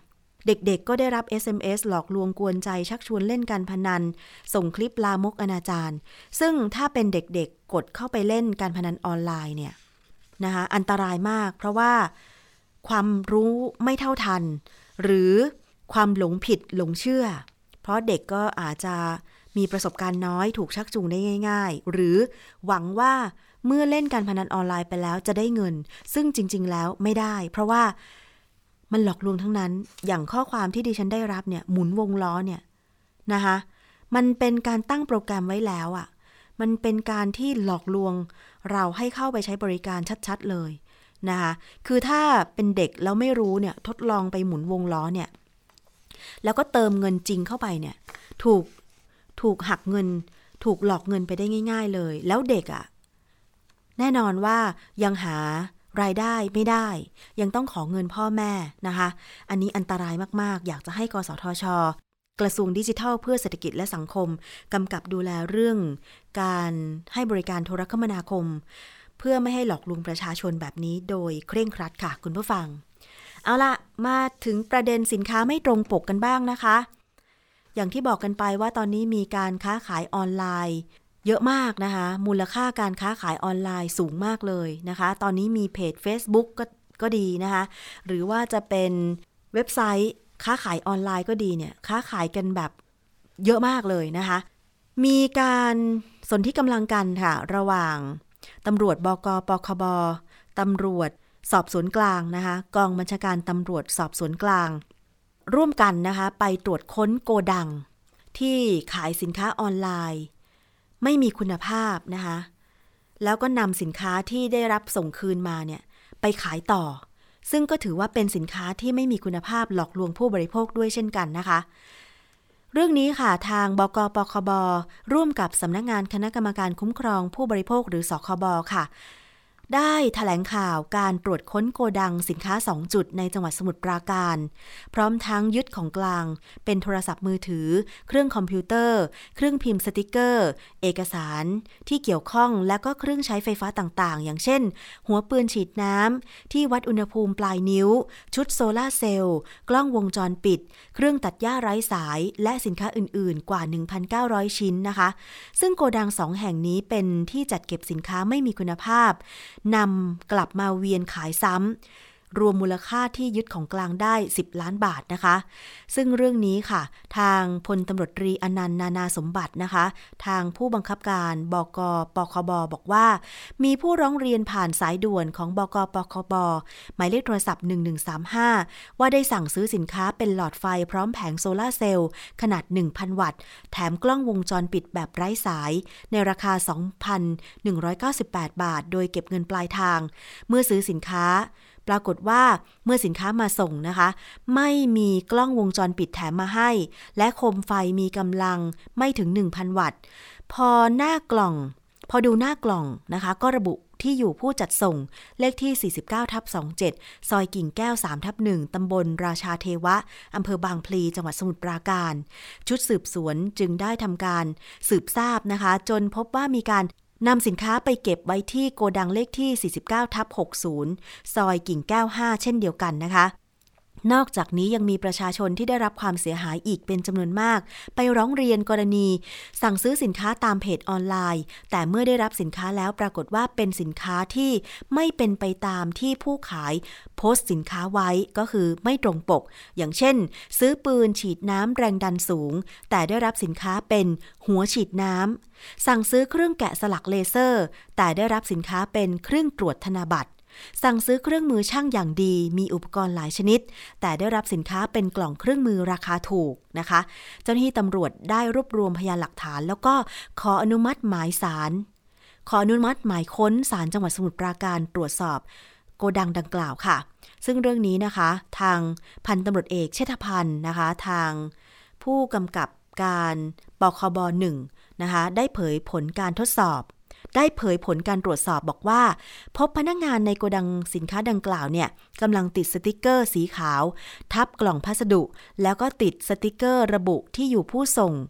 เด็กๆก็ได้รับ เอส เอ็ม เอส หลอกลวงกวนใจชักชวนเล่นการพนันส่งคลิปลามกอนาจารซึ่งถ้าเป็นเด็กๆกดเข้าไปเล่นการพนันออนไลน์เนี่ยนะคะอันตรายมากเพราะว่าความรู้ไม่เท่าทันหรือความหลงผิดหลงเชื่อเพราะเด็กก็อาจจะมีประสบการณ์น้อยถูกชักจูงได้ง่ายๆหรือหวังว่าเมื่อเล่นการพนันออนไลน์ไปแล้วจะได้เงินซึ่งจริงๆแล้วไม่ได้เพราะว่ามันหลอกลวงทั้งนั้นอย่างข้อความที่ดิฉันได้รับเนี่ยหมุนวงล้อเนี่ยนะคะมันเป็นการตั้งโปรแกรมไว้แล้วอ่ะมันเป็นการที่หลอกลวงเราให้เข้าไปใช้บริการชัดๆเลยนะคะคือถ้าเป็นเด็กแล้วไม่รู้เนี่ยทดลองไปหมุนวงล้อเนี่ยแล้วก็เติมเงินจริงเข้าไปเนี่ยถูกถูกหักเงินถูกหลอกเงินไปได้ง่ายๆเลยแล้วเด็กอ่ะแน่นอนว่ายังหารายได้ไม่ได้ยังต้องขอเงินพ่อแม่นะคะอันนี้อันตรายมากๆอยากจะให้กสทช.กระทรวงดิจิทัลเพื่อเศรษฐกิจและสังคมกำกับดูแลเรื่องการให้บริการโทรคมนาคมเพื่อไม่ให้หลอกลวงประชาชนแบบนี้โดยเคร่งครัดค่ะคุณผู้ฟังเอาล่ะมาถึงประเด็นสินค้าไม่ตรงปกกันบ้างนะคะอย่างที่บอกกันไปว่าตอนนี้มีการค้าขายออนไลน์เยอะมากนะคะมูลค่าการค้าขายออนไลน์สูงมากเลยนะคะตอนนี้มีเพจ Facebook ก็ก็ดีนะคะหรือว่าจะเป็นเว็บไซต์ค้าขายออนไลน์ก็ดีเนี่ยค้าขายกันแบบเยอะมากเลยนะคะมีการสนที่กำลังกันค่ะระหว่างตำรวจบก.ปคบ.ตำรวจสอบสวนกลางนะคะกองบัญชาการตำรวจสอบสวนกลางร่วมกันนะคะไปตรวจค้นโกดังที่ขายสินค้าออนไลน์ไม่มีคุณภาพนะคะแล้วก็นำสินค้าที่ได้รับส่งคืนมาเนี่ยไปขายต่อซึ่งก็ถือว่าเป็นสินค้าที่ไม่มีคุณภาพหลอกลวงผู้บริโภคด้วยเช่นกันนะคะเรื่องนี้ค่ะทางบก.ปคบ.ร่วมกับสำนักงานคณะกรรมการคุ้มครองผู้บริโภคหรือสคบ.ค่ะได้แถลงข่าวการตรวจค้นโกดังสินค้าสองจุดในจังหวัดสมุทรปราการพร้อมทั้งยึดของกลางเป็นโทรศัพท์มือถือเครื่องคอมพิวเตอร์เครื่องพิมพ์สติกเกอร์เอกสารที่เกี่ยวข้องและก็เครื่องใช้ไฟฟ้าต่างๆอย่างเช่นหัวปืนฉีดน้ำที่วัดอุณหภูมิปลายนิ้วชุดโซล่าเซลล์กล้องวงจรปิดเครื่องตัดหญ้าไร้สายและสินค้าอื่นๆกว่า หนึ่งพันเก้าร้อย ชิ้นนะคะซึ่งโกดังสองแห่งนี้เป็นที่จัดเก็บสินค้าไม่มีคุณภาพนำกลับมาเวียนขายซ้ำรวมมูลค่าที่ยึดของกลางได้สิบล้านบาทนะคะซึ่งเรื่องนี้ค่ะทางพลตำรวจตรีอนันต์นานาสมบัตินะคะทางผู้บังคับการบก.ปคบ.บอกว่ามีผู้ร้องเรียนผ่านสายด่วนของบก.ปคบ.หมายเลขโทรศัพท์หนึ่งหนึ่งสามห้าว่าได้สั่งซื้อสินค้าเป็นหลอดไฟพร้อมแผงโซล่าเซลล์ขนาด หนึ่งพัน วัตต์แถมกล้องวงจรปิดแบบไร้สายในราคา สองพันหนึ่งร้อยเก้าสิบแปด บาทโดยเก็บเงินปลายทางเมื่อซื้อสินค้าปรากฏว่าเมื่อสินค้ามาส่งนะคะไม่มีกล้องวงจรปิดแถมมาให้และโคมไฟมีกำลังไม่ถึง หนึ่งพัน วัตต์พอหน้ากล่องพอดูหน้ากล่องนะคะก็ระบุที่อยู่ผู้จัดส่งเลขที่ สี่สิบเก้าทับสองสิบเจ็ด ซอยกิ่งแก้ว สามทับหนึ่ง ตำบลราชาเทวะอำเภอบางพลีจังหวัดสมุทรปราการชุดสืบสวนจึงได้ทำการสืบทราบนะคะจนพบว่ามีการนำสินค้าไปเก็บไว้ที่โกดังเลขที่ สี่สิบเก้าทับหกสิบ ซอยกิ่งแก้ว ห้า เช่นเดียวกันนะคะนอกจากนี้ยังมีประชาชนที่ได้รับความเสียหายอีกเป็นจำนวนมากไปร้องเรียนกรณีสั่งซื้อสินค้าตามเพจออนไลน์แต่เมื่อได้รับสินค้าแล้วปรากฏว่าเป็นสินค้าที่ไม่เป็นไปตามที่ผู้ขายโพสต์สินค้าไว้ก็คือไม่ตรงปกอย่างเช่นซื้อปืนฉีดน้ำแรงดันสูงแต่ได้รับสินค้าเป็นหัวฉีดน้ำสั่งซื้อเครื่องแกะสลักเลเซอร์แต่ได้รับสินค้าเป็นเครื่องตรวจธนบัตรสั่งซื้อเครื่องมือช่างอย่างดีมีอุปกรณ์หลายชนิดแต่ได้รับสินค้าเป็นกล่องเครื่องมือราคาถูกนะคะเจ้าหน้าที่ตำรวจได้รวบรวมพยานหลักฐานแล้วก็ขออนุมัติหมายศาลขออนุมัติหมายค้นศาลจังหวัดสมุทรปราการตรวจสอบโกดังดังกล่าวค่ะซึ่งเรื่องนี้นะคะทางพันตำรวจเอกเชษฐพันธ์นะคะทางผู้กำกับการปคบหนึ่งนะคะได้เผยผลการทดสอบได้เผยผลการตรวจสอบบอกว่าพบพนักงานในโกดังสินค้าดังกล่าวเนี่ยกำลังติดสติกเกอร์สีขาวทับกล่องพัสดุแล้วก็ติดสติกเกอร์ระบุที่อยู่ผู้ส่ง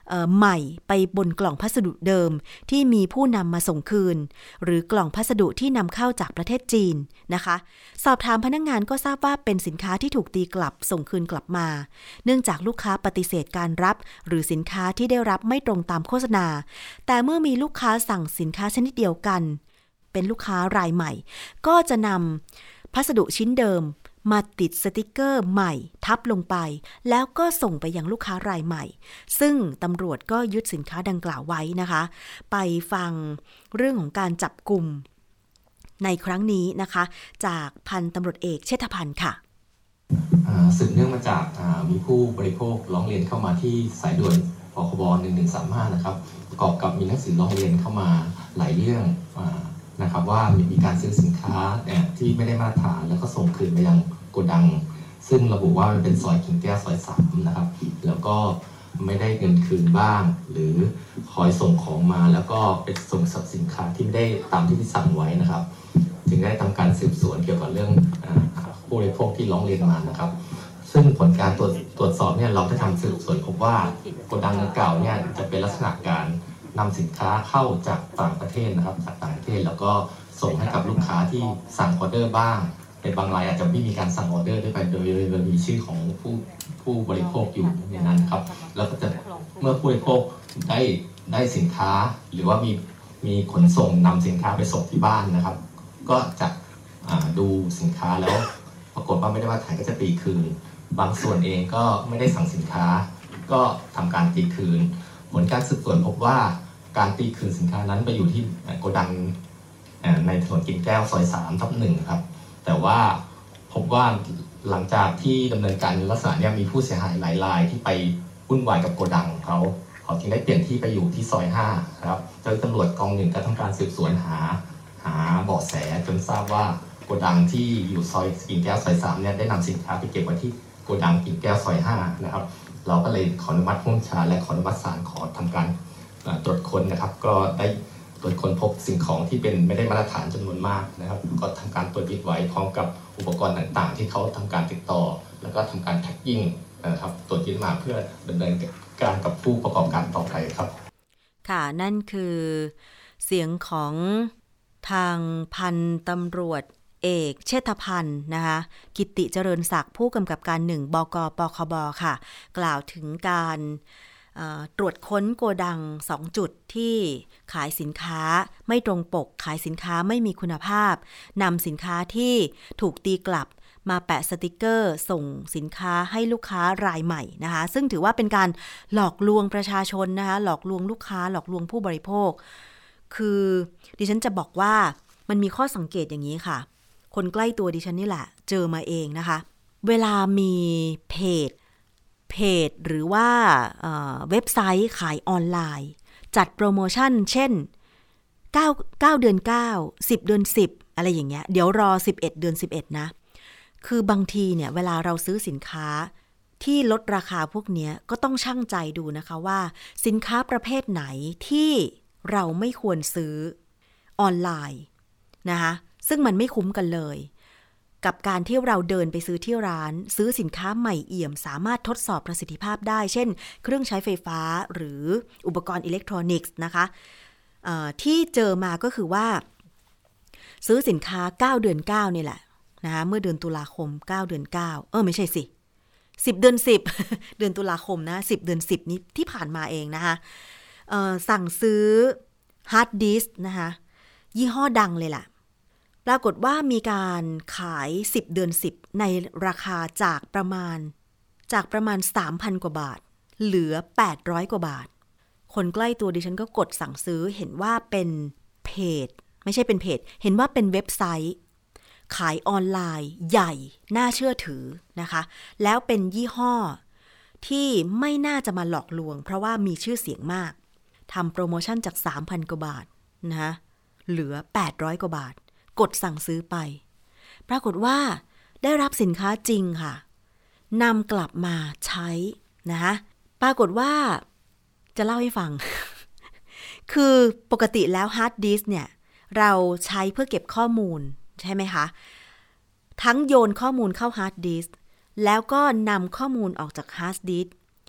ใหม่ไปบนกล่องพัสดุเดิมที่มีผู้นำมาส่งคืนหรือกล่องพัสดุที่นำเข้าจากประเทศจีนนะคะสอบถามพนักงานก็ทราบว่าเป็นสินค้าที่ถูกตีกลับส่งคืนกลับมาเนื่องจากลูกค้าปฏิเสธการรับหรือสินค้าที่ได้รับไม่ตรงตามโฆษณาแต่เมื่อมีลูกค้าสั่งสินค้าชนิดเดียวกันเป็นลูกค้ารายใหม่ก็จะนำพัสดุชิ้นเดิมมาติดสติกเกอร์ใหม่ทับลงไปแล้วก็ส่งไปยังลูกค้ารายใหม่ซึ่งตำรวจก็ยึดสินค้าดังกล่าวไว้นะคะไปฟังเรื่องของการจับกุมในครั้งนี้นะคะจากพันตำรวจเอกเชษฐพันธ์ค่ะสืบเนื่องมาจากมีผู้บริโภคร้องเรียนเข้ามาที่สายด่วนปคบหนึ่งหนึ่งสามห้านะครับประกอบกับมีหนังสือร้องเรียนเข้ามาหลายเรื่องนะครับว่ามีการซื้อสินค้าที่ไม่ได้มาตรฐานแล้วก็ส่งคืนไปยังโกดังซึ่งระบุว่ามันเป็นซอยกิ่งแก้วซอยสามนะครับแล้วก็ไม่ได้เงินคืนบ้างหรือคอยส่งของมาแล้วก็เป็นส่งสินค้าที่ไม่ได้ตามที่สั่งไว้นะครับจึงได้ทำการสืบสวนเกี่ยวกับเรื่องผู้บริโภคที่ร้องเรียนมานะครับซึ่งผลการตรวจตรวจสอบเนี่ยเราได้ทำสืบสวนพบว่าโกดังดังกล่าวเนี่ยจะเป็นลักษณะการนำสินค้าเข้าจากต่างประเทศนะครับจากต่างประเทศแล้วก็ส่งให้กับลูกค้าที่สั่งออเดอร์บ้างในบางรายอาจจะไม่มีการสั่งออเดอร์ด้วยไปโดยโดยมีชื่อของผู้ผู้บริโภคอยู่ในนั้นครับแล้วก็จะเมื่อผู้บริโภคได้ได้สินค้าหรือว่ามีมีขนส่งนำสินค้าไปส่งที่บ้านนะครับก็จะดูสินค้าแล้วปรากฏว่าไม่ได้มาตรฐานก็จะตีคืนบางส่วนเองก็ไม่ได้สั่งสินค้าก็ทำการตีคืนผลการสืบสวนพบว่าการตีคืนสินค้านั้นไปอยู่ที่โกดังในถนนกิ่งแก้วซอยสามทับหนึ่งครับแต่ว่าพบว่าหลังจากที่ดำเนินการลักษณะนี้มีผู้เสียหายหลายรายที่ไปวุ่นวายกับโกดังเขาเขาจึงได้เปลี่ยนที่ไปอยู่ที่ซอยห้าครับเจ้าหน้าที่ตำรวจกองหนึ่งก็ทำการสืบสวนหาหาเบาะแสจนทราบว่าโกดังที่อยู่ซอยกิ่งแก้วซอยสามเนี่ยได้นำสินค้าไปเก็บไว้ที่โกดังกิ่งแก้วซอยห้านะครับเราก็เลยขออนุมัติผู้บัญชาและขออนุมัติศาลขอทำการตรวจค้นนะครับก็ได้ตรวจค้นพบสิ่งของที่เป็นไม่ได้มาตรฐานจำนวนมากนะครับก็ทำการตรวจยึดไว้พร้อมกับอุปกรณ์ต่างๆที่เขาทำการติดต่อแล้วก็ทำการแท็กกิ้งนะครับตรวจยึดมาเพื่อดำเนินการกับผู้ประกอบการต่อไปครับค่ะนั่นคือเสียงของทางพันตำรวจเอกเชษฐพันธ์นะคะกิติเจริญศักดิ์ผู้กำกับการหนึ่งบก.ปคบ.ค่ะกล่าวถึงการตรวจค้นโกดังสองจุดที่ขายสินค้าไม่ตรงปกขายสินค้าไม่มีคุณภาพนำสินค้าที่ถูกตีกลับมาแปะสติกเกอร์ส่งสินค้าให้ลูกค้ารายใหม่นะคะซึ่งถือว่าเป็นการหลอกลวงประชาชนนะคะหลอกลวงลูกค้าหลอกลวงผู้บริโภคคือดิฉันจะบอกว่ามันมีข้อสังเกตอย่างนี้ค่ะคนใกล้ตัวดิฉันนี่แหละเจอมาเองนะคะเวลามีเพจเพจหรือว่าเอ่อเว็บไซต์ขายออนไลน์จัดโปรโมชั่นเช่นเก้า เก้าเดือนเก้า สิบเดือนสิบอะไรอย่างเงี้ยเดี๋ยวรอสิบเอ็ดเดือนสิบเอ็ดนะคือบางทีเนี่ยเวลาเราซื้อสินค้าที่ลดราคาพวกนี้ก็ต้องชั่งใจดูนะคะว่าสินค้าประเภทไหนที่เราไม่ควรซื้อออนไลน์นะคะซึ่งมันไม่คุ้มกันเลยกับการที่เราเดินไปซื้อที่ร้านซื้อสินค้าใหม่เอี่ยมสามารถทดสอบประสิทธิภาพได้เช่นเครื่องใช้ไฟฟ้าหรืออุปกรณ์อิเล็กทรอนิกส์นะคะที่เจอมาก็คือว่าซื้อสินค้าเก้าเดือนเก้านี่แหละนะคะเมื่อเดือนตุลาคมเก้าเดือนเก้าเออไม่ใช่สิสิบเดือนสิบ เดือนตุลาคมนะสิบเดือนสิบนี้ที่ผ่านมาเองนะคะสั่งซื้อฮาร์ดดิสก์นะคะยี่ห้อดังเลยล่ะปรากฏว่ามีการขายสิบเดือนสิบในราคาจากประมาณจากประมาณ สามพัน กว่าบาทเหลือแปดร้อยกว่าบาทคนใกล้ตัวดิฉันก็กดสั่งซื้อเห็นว่าเป็นเพจไม่ใช่เป็นเพจเห็นว่าเป็นเว็บไซต์ขายออนไลน์ใหญ่น่าเชื่อถือนะคะแล้วเป็นยี่ห้อที่ไม่น่าจะมาหลอกลวงเพราะว่ามีชื่อเสียงมากทำโปรโมชั่นจาก สามพัน กว่าบาทนะคะเหลือแปดร้อยกว่าบาทกดสั่งซื้อไปปรากฏว่าได้รับสินค้าจริงค่ะนำกลับมาใช้นะคะปรากฏว่าจะเล่าให้ฟัง คือปกติแล้วฮาร์ดดิสก์เนี่ยเราใช้เพื่อเก็บข้อมูลใช่ไหมคะทั้งโยนข้อมูลเข้าฮาร์ดดิสก์แล้วก็นำข้อมูลออกจากฮาร์ดดิสก์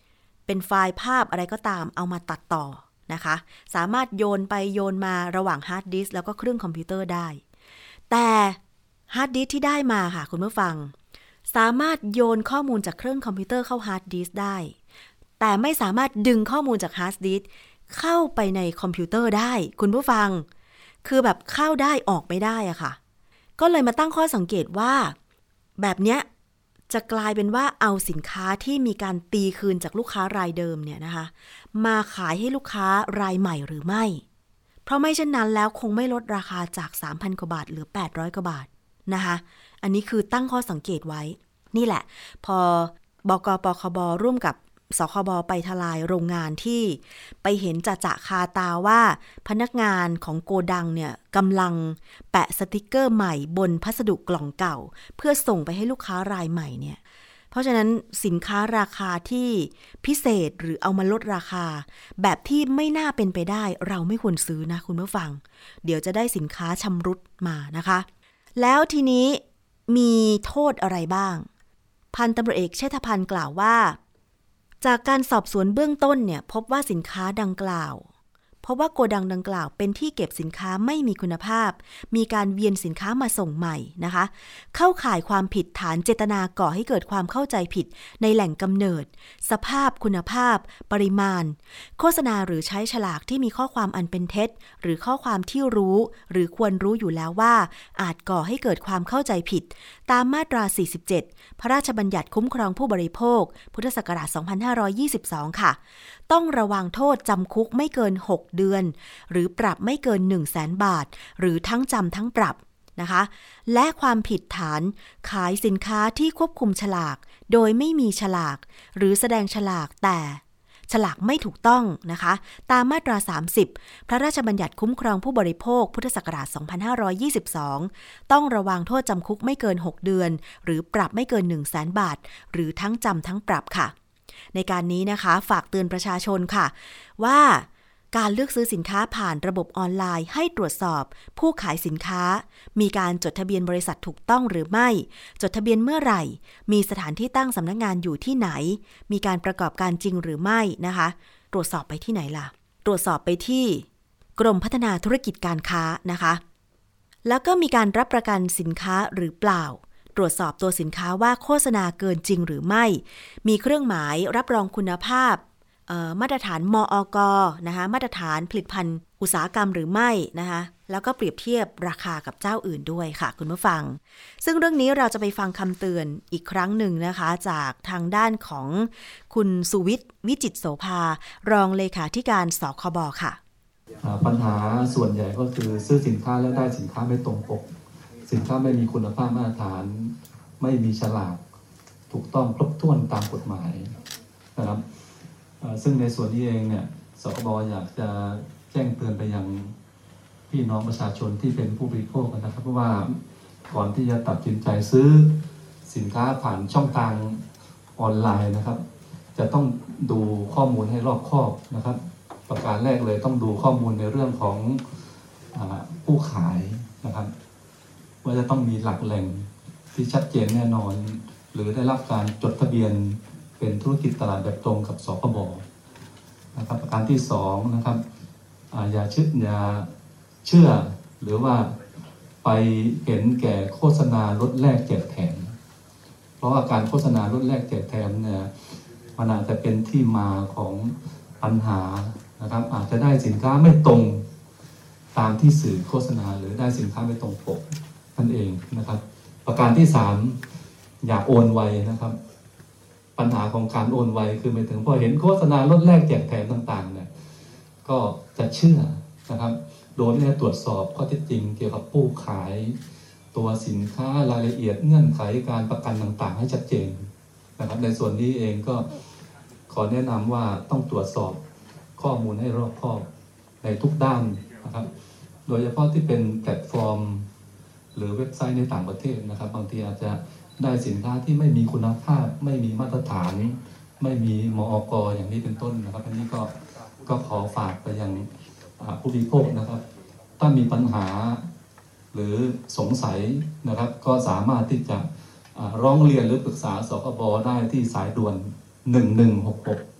เป็นไฟล์ภาพอะไรก็ตามเอามาตัดต่อนะคะสามารถโยนไปโยนมาระหว่างฮาร์ดดิสก์แล้วก็เครื่องคอมพิวเตอร์ได้แต่ฮาร์ดดิสก์ที่ได้มาค่ะคุณผู้ฟังสามารถโยนข้อมูลจากเครื่องคอมพิวเตอร์เข้าฮาร์ดดิสก์ได้แต่ไม่สามารถดึงข้อมูลจากฮาร์ดดิสก์เข้าไปในคอมพิวเตอร์ได้คุณผู้ฟังคือแบบเข้าได้ออกไม่ได้อะค่ะก็เลยมาตั้งข้อสังเกตว่าแบบเนี้ยจะกลายเป็นว่าเอาสินค้าที่มีการตีคืนจากลูกค้ารายเดิมเนี่ยนะคะมาขายให้ลูกค้ารายใหม่หรือไม่เพราะไม่เช่นนั้นแล้วคงไม่ลดราคาจาก สามพัน กว่าบาทเหลือแปดร้อยกว่าบาทนะคะอันนี้คือตั้งข้อสังเกตไว้นี่แหละพอบก.ปคบ.ร่วมกับสคบ.ไปทลายโรงงานที่ไปเห็นจะๆคาตาว่าพนักงานของโกดังเนี่ยกำลังแปะสติกเกอร์ใหม่บนพัสดุกล่องเก่าเพื่อส่งไปให้ลูกค้ารายใหม่เนี่ยเพราะฉะนั้นสินค้าราคาที่พิเศษหรือเอามาลดราคาแบบที่ไม่น่าเป็นไปได้เราไม่ควรซื้อนะคุณผู้ฟังเดี๋ยวจะได้สินค้าชำรุดมานะคะแล้วทีนี้มีโทษอะไรบ้างพันตำรวจเอกเชษฐพันธ์กล่าวว่าจากการสอบสวนเบื้องต้นเนี่ยพบว่าสินค้าดังกล่าวพบว่าโกดังดังกล่าวเป็นที่เก็บสินค้าไม่มีคุณภาพมีการเวียนสินค้ามาส่งใหม่นะคะเข้าข่ายความผิดฐานเจตนาก่อให้เกิดความเข้าใจผิดในแหล่งกำเนิดสภาพคุณภาพปริมาณโฆษณาหรือใช้ฉลากที่มีข้อความอันเป็นเท็จหรือข้อความที่รู้หรือควรรู้อยู่แล้วว่าอาจก่อให้เกิดความเข้าใจผิดตามมาตราสี่สิบเจ็ดพระราชบัญญัติคุ้มครองผู้บริโภคพุทธศักราชสองพันห้าร้อยยี่สิบสองค่ะต้องระวังโทษจำคุกไม่เกินหกเดือนหรือปรับไม่เกิน หนึ่งแสน บาทหรือทั้งจำทั้งปรับนะคะและความผิดฐานขายสินค้าที่ควบคุมฉลากโดยไม่มีฉลากหรือแสดงฉลากแต่ฉลากไม่ถูกต้องนะคะตามมาตราสามสิบพระราชบัญญัติคุ้มครองผู้บริโภคพุทธศักราชสองพันห้าร้อยยี่สิบสองต้องระวังโทษจำคุกไม่เกินหกเดือนหรือปรับไม่เกิน หนึ่งแสน บาทหรือทั้งจำทั้งปรับค่ะในการนี้นะคะฝากเตือนประชาชนค่ะว่าการเลือกซื้อสินค้าผ่านระบบออนไลน์ให้ตรวจสอบผู้ขายสินค้ามีการจดทะเบียนบริษัทถูกต้องหรือไม่จดทะเบียนเมื่อไหร่มีสถานที่ตั้งสำนักงานอยู่ที่ไหนมีการประกอบการจริงหรือไม่นะคะตรวจสอบไปที่ไหนล่ะตรวจสอบไปที่กรมพัฒนาธุรกิจการค้านะคะแล้วก็มีการรับประกันสินค้าหรือเปล่าตรวจสอบตัวสินค้าว่าโฆษณาเกินจริงหรือไม่มีเครื่องหมายรับรองคุณภาพมาตรฐานมอก.นะคะมาตรฐานผลิตภัณฑ์อุตสาหกรรมหรือไม่นะคะแล้วก็เปรียบเทียบราคากับเจ้าอื่นด้วยค่ะคุณผู้ฟังซึ่งเรื่องนี้เราจะไปฟังคำเตือนอีกครั้งหนึ่งนะคะจากทางด้านของคุณสุวิทย์วิจิตรโสภารองเลขาธิการสคบ.ค่ะปัญหาส่วนใหญ่ก็คือซื้อสินค้าแล้วได้สินค้าไม่ตรงปกสินค้าไม่มีคุณภาพมาตรฐานไม่มีฉลากถูกต้องครบถ้วนตามกฎหมายนะครับซึ่งในส่วนนี้เองเนี่ยสคบ.อยากจะแจ้งเตือนไปยังพี่น้องประชาชนที่เป็นผู้บริโภคนะครับเพราะว่าก่อนที่จะตัดสินใจซื้อสินค้าผ่านช่องทางออนไลน์นะครับจะต้องดูข้อมูลให้รอบคอบนะครับประการแรกเลยต้องดูข้อมูลในเรื่องของอ่าผู้ขายนะครับว่าจะต้องมีหลักแหล่งที่ชัดเจนแน่นอนหรือได้รับการจดทะเบียนเป็นธุรกิจตลาดแบบตรงกับสคบ.นะครับประการที่สองนะครับอย่าเชื่ออย่าเชื่อหรือว่าไปเห็นแก่โฆษณาลดแลกแจกแถมเพราะว่าการโฆษณาลดแลกแจกแถมเนี่ยมันอาจจะเป็นที่มาของปัญหานะครับอาจจะได้สินค้าไม่ตรงตามที่สื่อโฆษณาหรือได้สินค้าไม่ตรงปกนั่นเองนะครับประการที่สามอย่าโอนไวนะครับปัญหาของการโอนไวคือหมายถึงพอเห็นโฆษณาลดแลกแจกแถมต่างๆเนี่ยก็จะเชื่อนะครับโดยไม่ได้ตรวจสอบข้อเท็จจริงเกี่ยวกับผู้ขายตัวสินค้ารายละเอียดเงื่อนไขการประกันต่างๆให้ชัดเจนนะครับในส่วนนี้เองก็ขอแนะนำว่าต้องตรวจสอบข้อมูลให้รอบคอบในทุกด้านนะครับโดยเฉพาะที่เป็นแพลตฟอร์มหรือเว็บไซต์ในต่างประเทศนะครับบางทีอาจจะได้สินค้าที่ไม่มีคุณภาพไม่มีมาตรฐานไม่มีมอก.อย่างนี้เป็นต้นนะครับอันนี้ก็ก็ขอฝากไปยังผู้บริโภคนะครับถ้ามีปัญหาหรือสงสัยนะครับก็สามารถที่จะร้องเรียนหรือปรึกษาสคบ.ได้ที่สายด่วนหนึ่งหนึ่งหกหก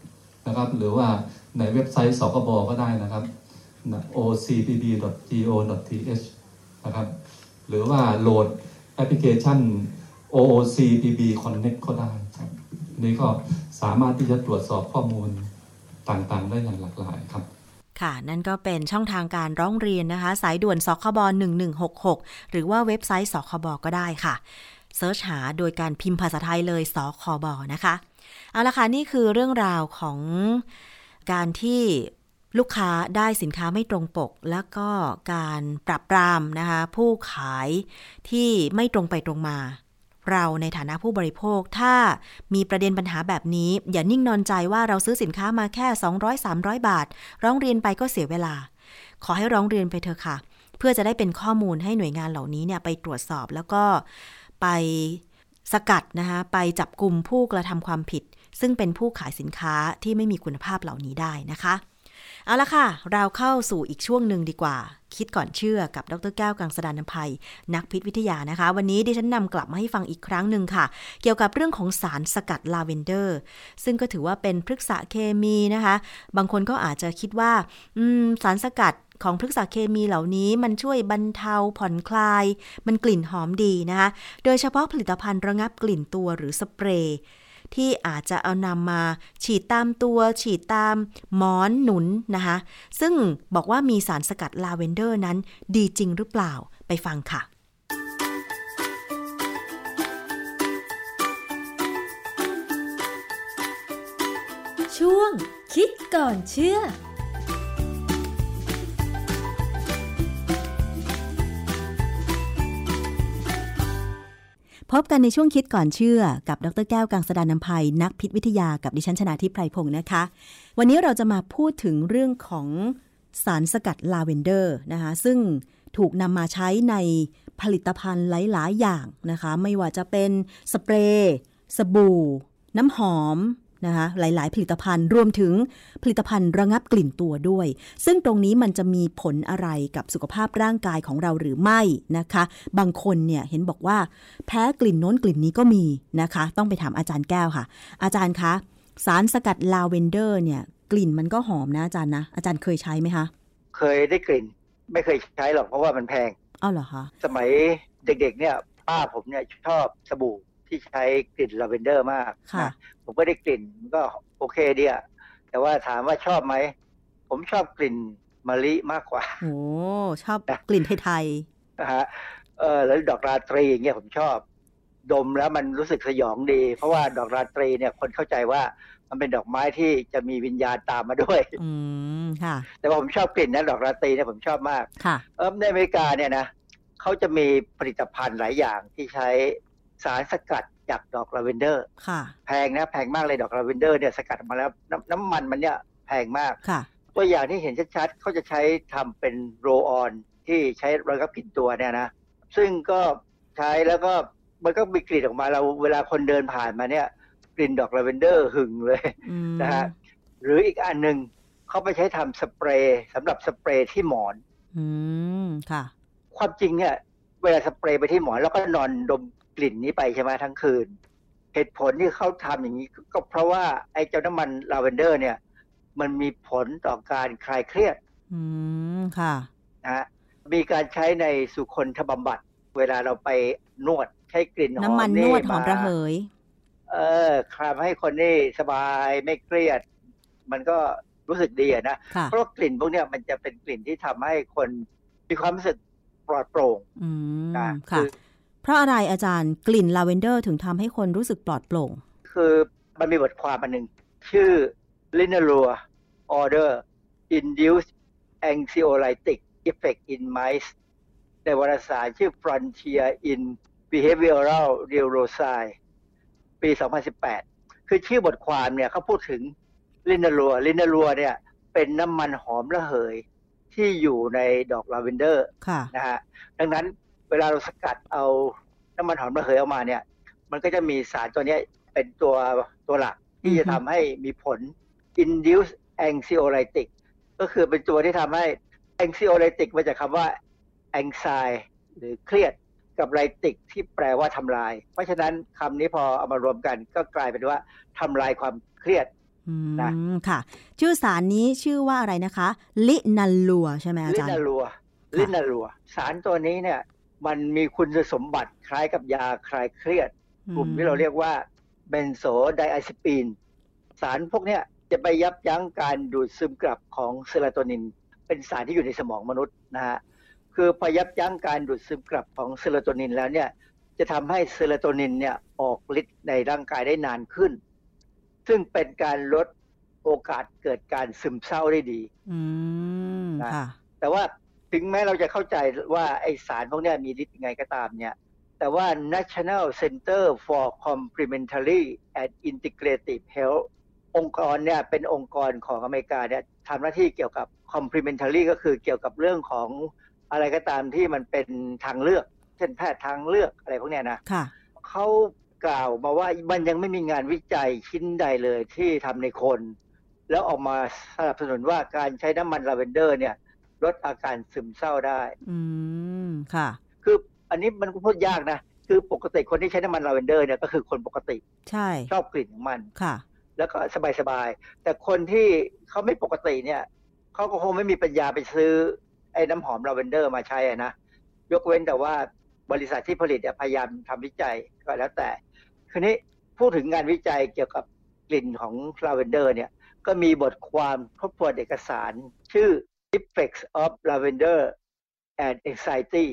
นะครับหรือว่าในเว็บไซต์สคบก็ได้นะครับ โอ ซี พี บี ดอท จี โอ ดอท ที เอช นะครับหรือว่าโหลดแอปพลิเคชัน โอ ซี พี บี Connect ก็ได้ครับนี่ก็สามารถที่จะตรวจสอบข้อมูลต่างๆได้อย่างหลากหลายครับค่ะนั่นก็เป็นช่องทางการร้องเรียนนะคะสายด่วนสคบหนึ่งหนึ่งหกหกหรือว่าเว็บไซต์สคบก็ได้ค่ะเซิร์ชหาโดยการพิมพ์ภาษาไทยเลยสคบนะคะเอาละค่ะนี่คือเรื่องราวของการที่ลูกค้าได้สินค้าไม่ตรงปกแล้วก็การปรับปรามนะคะผู้ขายที่ไม่ตรงไปตรงมาเราในฐานะผู้บริโภคถ้ามีประเด็นปัญหาแบบนี้อย่านิ่งนอนใจว่าเราซื้อสินค้ามาแค่สองร้อย สามร้อยบาทร้องเรียนไปก็เสียเวลาขอให้ร้องเรียนไปเถอะค่ะเพื่อจะได้เป็นข้อมูลให้หน่วยงานเหล่านี้เนี่ยไปตรวจสอบแล้วก็ไปสกัดนะคะไปจับกุมผู้กระทำความผิดซึ่งเป็นผู้ขายสินค้าที่ไม่มีคุณภาพเหล่านี้ได้นะคะเอาละค่ะเราเข้าสู่อีกช่วงหนึ่งดีกว่าคิดก่อนเชื่อกับดร.แก้วกังสดาลอำไพนักพิษวิทยานะคะวันนี้ดิฉันนำกลับมาให้ฟังอีกครั้งหนึ่งค่ะเกี่ยวกับเรื่องของสารสกัดลาเวนเดอร์ซึ่งก็ถือว่าเป็นพฤกษเคมีนะคะบางคนก็อาจจะคิดว่าอืมสารสกัดของพฤกษเคมีเหล่านี้มันช่วยบรรเทาผ่อนคลายมันกลิ่นหอมดีนะคะโดยเฉพาะผลิตภัณฑ์ระงับกลิ่นตัวหรือสเปรย์ที่อาจจะเอานำมาฉีดตามตัวฉีดตามหมอนหนุนนะคะซึ่งบอกว่ามีสารสกัดลาเวนเดอร์นั้นดีจริงหรือเปล่าไปฟังค่ะช่วงคิดก่อนเชื่อพบกันในช่วงคิดก่อนเชื่อกับดร.แก้วกังสดาลอำไพนักพิษวิทยากับดิฉันชนาธิปไพรพงศ์นะคะวันนี้เราจะมาพูดถึงเรื่องของสารสกัดลาเวนเดอร์นะคะซึ่งถูกนำมาใช้ในผลิตภัณฑ์หลายๆอย่างนะคะไม่ว่าจะเป็นสเปรย์สบู่น้ำหอมนะคะหลายๆผลิตภัณฑ์รวมถึงผลิตภัณฑ์ระงับกลิ่นตัวด้วยซึ่งตรงนี้มันจะมีผลอะไรกับสุขภาพร่างกายของเราหรือไม่นะคะบางคนเนี่ยเห็นบอกว่าแพ้กลิ่นโน้นกลิ่นนี้ก็มีนะคะต้องไปถามอาจารย์แก้วค่ะอาจารย์คะสารสกัดลาเวนเดอร์เนี่ยกลิ่นมันก็หอมนะอาจารย์นะอาจารย์เคยใช้ไหมคะเคยได้กลิ่นไม่เคยใช้หรอกเพราะว่ามันแพงอ้าวเหรอคะสมัยเด็กๆเนี่ยป้าผมเนี่ยชอบสบู่ที่ใช้กลิ่นลาเวนเดอร์มากนะผมก็ได้กลิ่นก็โอเคดีอะแต่ว่าถามว่าชอบไหมผมชอบกลิ่นมะลิมากกว่าโอ้ชอบกลิ่นไทยๆนะฮะเออแล้วดอกราตรีอย่างเงี้ยผมชอบดมแล้วมันรู้สึกสยองดีเพราะว่าดอกราตรีเนี่ยคนเข้าใจว่ามันเป็นดอกไม้ที่จะมีวิญญาณตามมาด้วยอืมค่ะแต่ว่าผมชอบกลิ่นนะดอกราตรีเนี่ยผมชอบมากค่ะเออในอเมริกาเนี่ยนะเขาจะมีผลิตภัณฑ์หลายอย่างที่ใช้สารสกัดจากดอกลาเวนเดอร์แพงนะแพงมากเลยดอกลาเวนเดอร์เนี่ยสกัดมาแล้วน้ำน้ำมันมันเนี่ยแพงมากตัวอย่างที่เห็นชัดๆเขาจะใช้ทำเป็นโรลออนที่ใช้ระงับกลิ่นตัวเนี่ยนะซึ่งก็ใช้แล้วก็มันก็มีกลิ่นออกมาเราเวลาคนเดินผ่านมาเนี่ยกลิ่นดอกลาเวนเดอร์หึงเลยนะฮะหรืออีกอันนึงเขาไปใช้ทำสเปรย์สำหรับสเปรย์ที่หมอนอืมค่ะความจริงเนี่ยเวลาสเปรย์ไปที่หมอนแล้วก็นอนดมกลิ่นนี้ไปใช่ไหมทั้งคืนเหตุผลที่เขาทำอย่างนี้ก็เพราะว่าไอ้เจ้าน้ำมันลาเวนเดอร์เนี่ยมันมีผลต่อการคลายเครียดอืมค่ะนะมีการใช้ในสุคนทบำบัดเวลาเราไปนวดใช้กลิ่นหอมน้ำมันนวดหอมระเหยเออทำให้คนนี่สบายไม่เครียดมันก็รู้สึกดีนะเพราะกลิ่นพวกนี้มันจะเป็นกลิ่นที่ทำให้คนมีความรู้สึกปลอดโปร่งอืมค่ะเพราะอะไรอาจารย์กลิ่นลาเวนเดอร์ถึงทำให้คนรู้สึกปลอดโปร่งคือมันมีบทความอันหนึ่งชื่อ Linalool Order Induced Anxiolytic Effect in Mice ในวารสารชื่อ Frontier in Behavioral Neuroscience ปีสองพันสิบแปดคือชื่อบทความเนี่ยเขาพูดถึง Linalool Linalool เนี่ยเป็นน้ำมันหอมระเหยที่อยู่ในดอกลาเวนเดอร์นะฮะดังนั้นเวลาเราสกัดเอาน้ำมันหอมระเหยออกมาเนี่ยมันก็จะมีสารตัวนี้เป็นตัวตัวหลักที่จะทำให้มีผล induce anxiolytic ก็คือเป็นตัวที่ทำให้ anxiolytic มาจากคำว่า anxiety หรือเครียดกับ lytic ที่แปลว่าทำลายเพราะฉะนั้นคำนี้พอเอามารวมกันก็กลายเป็นว่าทำลายความเครียดนะค่ะชื่อสารนี้ชื่อว่าอะไรนะคะลินัลลัวใช่ไหมอาจารย์ลินัลลัวลินัลลัวสารตัวนี้เนี่ยมันมีคุณสมบัติคล้ายกับยาคลายเครียดกลุ่มที่เราเรียกว่าเบนโซไดอะซิปีนสารพวกนี้จะไปยับยั้งการดูดซึมกลับของเซโรโทนินเป็นสารที่อยู่ในสมองมนุษย์นะฮะคือพอยับยั้งการดูดซึมกลับของเซโรโทนินแล้วเนี่ยจะทำให้เซโรโทนินเนี่ยออกฤทธิ์ในร่างกายได้นานขึ้นซึ่งเป็นการลดโอกาสเกิดการซึมเศร้าได้ดีนะแต่ว่าถึงแม้เราจะเข้าใจว่าไอสารพวกนี้มีฤทธิ์ยังไงก็ตามเนี่ยแต่ว่า National Center for Complementary and Integrative Health องค์กรเนี่ยเป็นองค์กรของอเมริกาเนี่ยทำหน้าที่เกี่ยวกับ complementary ก็คือเกี่ยวกับเรื่องของอะไรก็ตามที่มันเป็นทางเลือกเช่นแพทย์ทางเลือกอะไรพวกเนี้ยนะเขากล่าวมาว่ามันยังไม่มีงานวิจัยชิ้นใดเลยที่ทำในคนแล้วออกมาสนับสนุนว่าการใช้น้ำมันลาเวนเดอร์เนี่ยลดอาการซึมเศร้าได้อืมค่ะคืออันนี้มันก็พูดยากนะคือปกติคนที่ใช้น้ำมันลาเวนเดอร์เนี่ยก็คือคนปกติใช่ชอบกลิ่นของมันค่ะแล้วก็สบายๆแต่คนที่เขาไม่ปกติเนี่ยเขาก็คงไม่มีปัญญาไปซื้อไอ้น้ำหอมลาเวนเดอร์มาใช้นะยกเว้นแต่ว่าบริษัทที่ผลิตพยายามทำวิจัยก็แล้วแต่คืนนี้พูดถึงงานวิจัยเกี่ยวกับกลิ่นของลาเวนเดอร์เนี่ยก็มีบทความทบทวนเอกสารชื่อ Effects of Lavender and Anxiety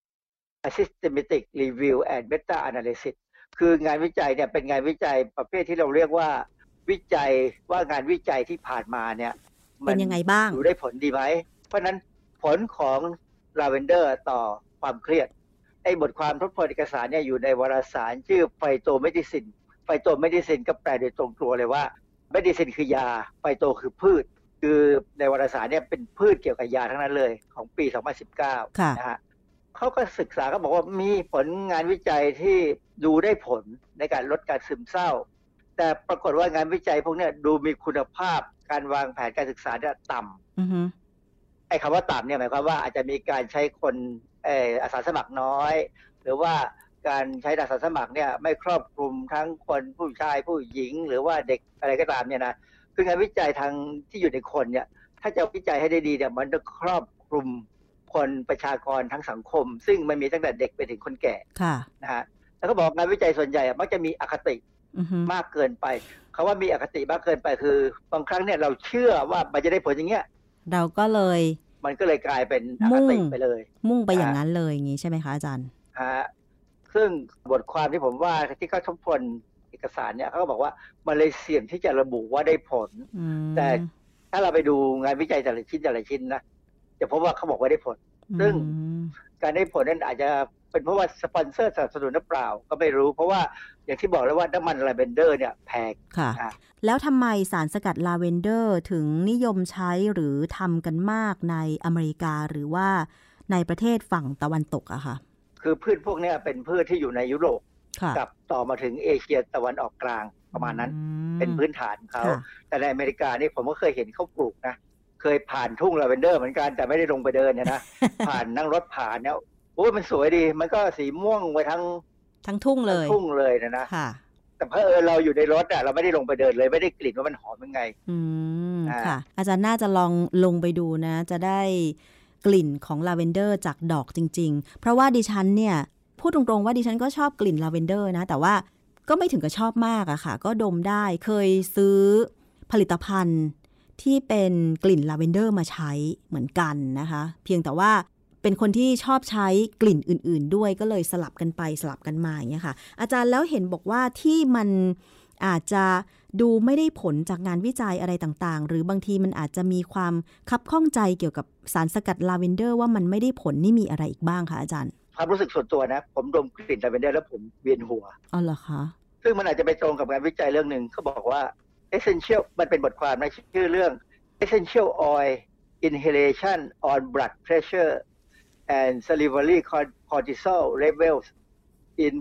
A Systematic Review and Meta-Analysis คืองานวิจัยเนี่ยเป็นงานวิจัยประเภทที่เราเรียกว่าวิจัยว่างานวิจัยที่ผ่านมาเนี่ยมันยังไงบ้างดูได้ผลดีไหมเพราะนั้นผลของลาเวนเดอร์ต่อความเครียดไอ้บทความทบทวนเอกสารเนี่ยอยู่ในวารสารชื่อไฟโตเมดิซินไฟโตเมดิซินก็แปลโดยตรงตัวเลยว่าเมดิซินคือยาไฟโตคือพืชคือในวารสารเนี่ยเป็นพืชเกี่ยวกับยาทั้งนั้นเลยของปีสองพันสิบเก้านะฮะเขาก็ศึกษาก็บอกว่ามีผลงานวิจัยที่ดูได้ผลในการลดการซึมเศร้าแต่ปรากฏว่างานวิจัยพวกนี้ดูมีคุณภาพการวางแผนการศึกษาเนี่ยต่ำไอ้คำว่าต่ำเนี่ยหมายความว่าอาจจะมีการใช้คนเอ่ออาสาสมัครน้อยหรือว่าการใช้อาสาสมัครเนี่ยไม่ครอบคลุมทั้งคนผู้ชายผู้หญิงหรือว่าเด็กอะไรก็ตามเนี่ยนะคืองานวิจัยทางที่อยู่ในคนเนี่ยถ้าจะวิจัยให้ได้ดีเนี่ยมันต้องครอบคลุมคนประชากรทั้งสังคมซึ่งมันมีตั้งแต่เด็กไปถึงคนแก่นะฮะแล้วก็บอกงานวิจัยส่วนใหญ่มักจะมีอคติมากเกินไปคำว่ามีอคติมากเกินไปคือบางครั้งเนี่ยเราเชื่อว่ามันจะได้ผลอย่างเงี้ยเราก็เลยมันก็เลยกลายเป็นอคติไปเลยมุ่งไปอย่างนั้นเลยอย่างนี้ใช่ไหมคะอาจารย์ฮะซึ่งบทความที่ผมว่าที่เขาทบทวนเอกสารเนี่ยเขาก็บอกว่ามันเลยเสี่ยงที่จะระบุว่าได้ผลแต่ถ้าเราไปดูงานวิจัยแต่ละชิ้นแต่ละชิ้นนะจะพบว่าเขาบอกว่าได้ผลซึ่งการได้ผลนั้นอาจจะเป็นเพราะว่าสปอนเซอร์สนับสนุนหรือเปล่าก็ไม่รู้เพราะว่าอย่างที่บอกแล้วว่าน้ำมันลาเวนเดอร์เนี่ยแพงค่ะแล้วทำไมสารสกัดลาเวนเดอร์ถึงนิยมใช้หรือทำกันมากในอเมริกาหรือว่าในประเทศฝั่งตะวันตกอะค่ะคือพืชพวกนี้เป็นพืชที่อยู่ในยุโรปกับต่อมาถึงเอเชียตะวันออกกลางประมาณนั้นเป็นพื้นฐานเขาแต่ในอเมริกานี่ผมก็เคยเห็นเขาปลูกนะเคยผ่านทุ่งลาเวนเดอร์เหมือนกันแต่ไม่ได้ลงไปเดินเนี่ยนะ ผ่านนั่งรถผ่านเนี่ยโอ้มันสวยดีมันก็สีม่วงไปทั้งทั้งทุ่งเลยทุ่งเลยนะนะแต่เพอเออเราอยู่ในรถอ่ะเราไม่ได้ลงไปเดินเลยไม่ได้กลิ่นว่ามันหอมยังไงอืมค่ะอาจารย์น่าจะลองลงไปดูนะจะได้กลิ่นของลาเวนเดอร์จากดอกจริงๆเพราะว่าดิฉันเนี่ยพูดตรงๆว่าดิฉันก็ชอบกลิ่นลาเวนเดอร์นะแต่ว่าก็ไม่ถึงกับชอบมากอะค่ะก็ดมได้เคยซื้อผลิตภัณฑ์ที่เป็นกลิ่นลาเวนเดอร์มาใช้เหมือนกันนะคะเพียงแต่ว่าเป็นคนที่ชอบใช้กลิ่นอื่นๆด้วยก็เลยสลับกันไปสลับกันมาอย่างเงี้ยค่ะอาจารย์แล้วเห็นบอกว่าที่มันอาจจะดูไม่ได้ผลจากงานวิจัยอะไรต่างๆหรือบางทีมันอาจจะมีความคับข้องใจเกี่ยวกับสารสกัดลาเวนเดอร์ว่ามันไม่ได้ผลนี่มีอะไรอีกบ้างคะอาจารย์ความรู้สึกส่วนตัวนะผมดมกลิ่นลาเวนเดอร์แล้วผมเวียนหัวอ๋อเหรอคะซึ่งมันอาจจะไปตรงกับงานวิจัยเรื่องนึงเขาบอกว่า essential มันเป็นบทความในชื่อเรื่อง essential oil inhalation on blood pressure and salivary cortisol levels in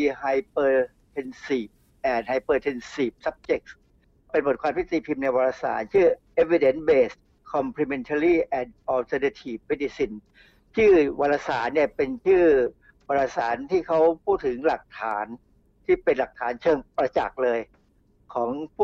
pre-hypertensive and hypertensive subjects เป็นบทความที่ตีพิมพ์ในวารสารชื่อ Evidence-Based Complementary and Alternative Medicine ชื่อวารสารเนี่ยเป็นชื่อวารสารที่เขาพูดถึงหลักฐานที่เป็นหลักฐานเชิงประจักษ์เลยของพวก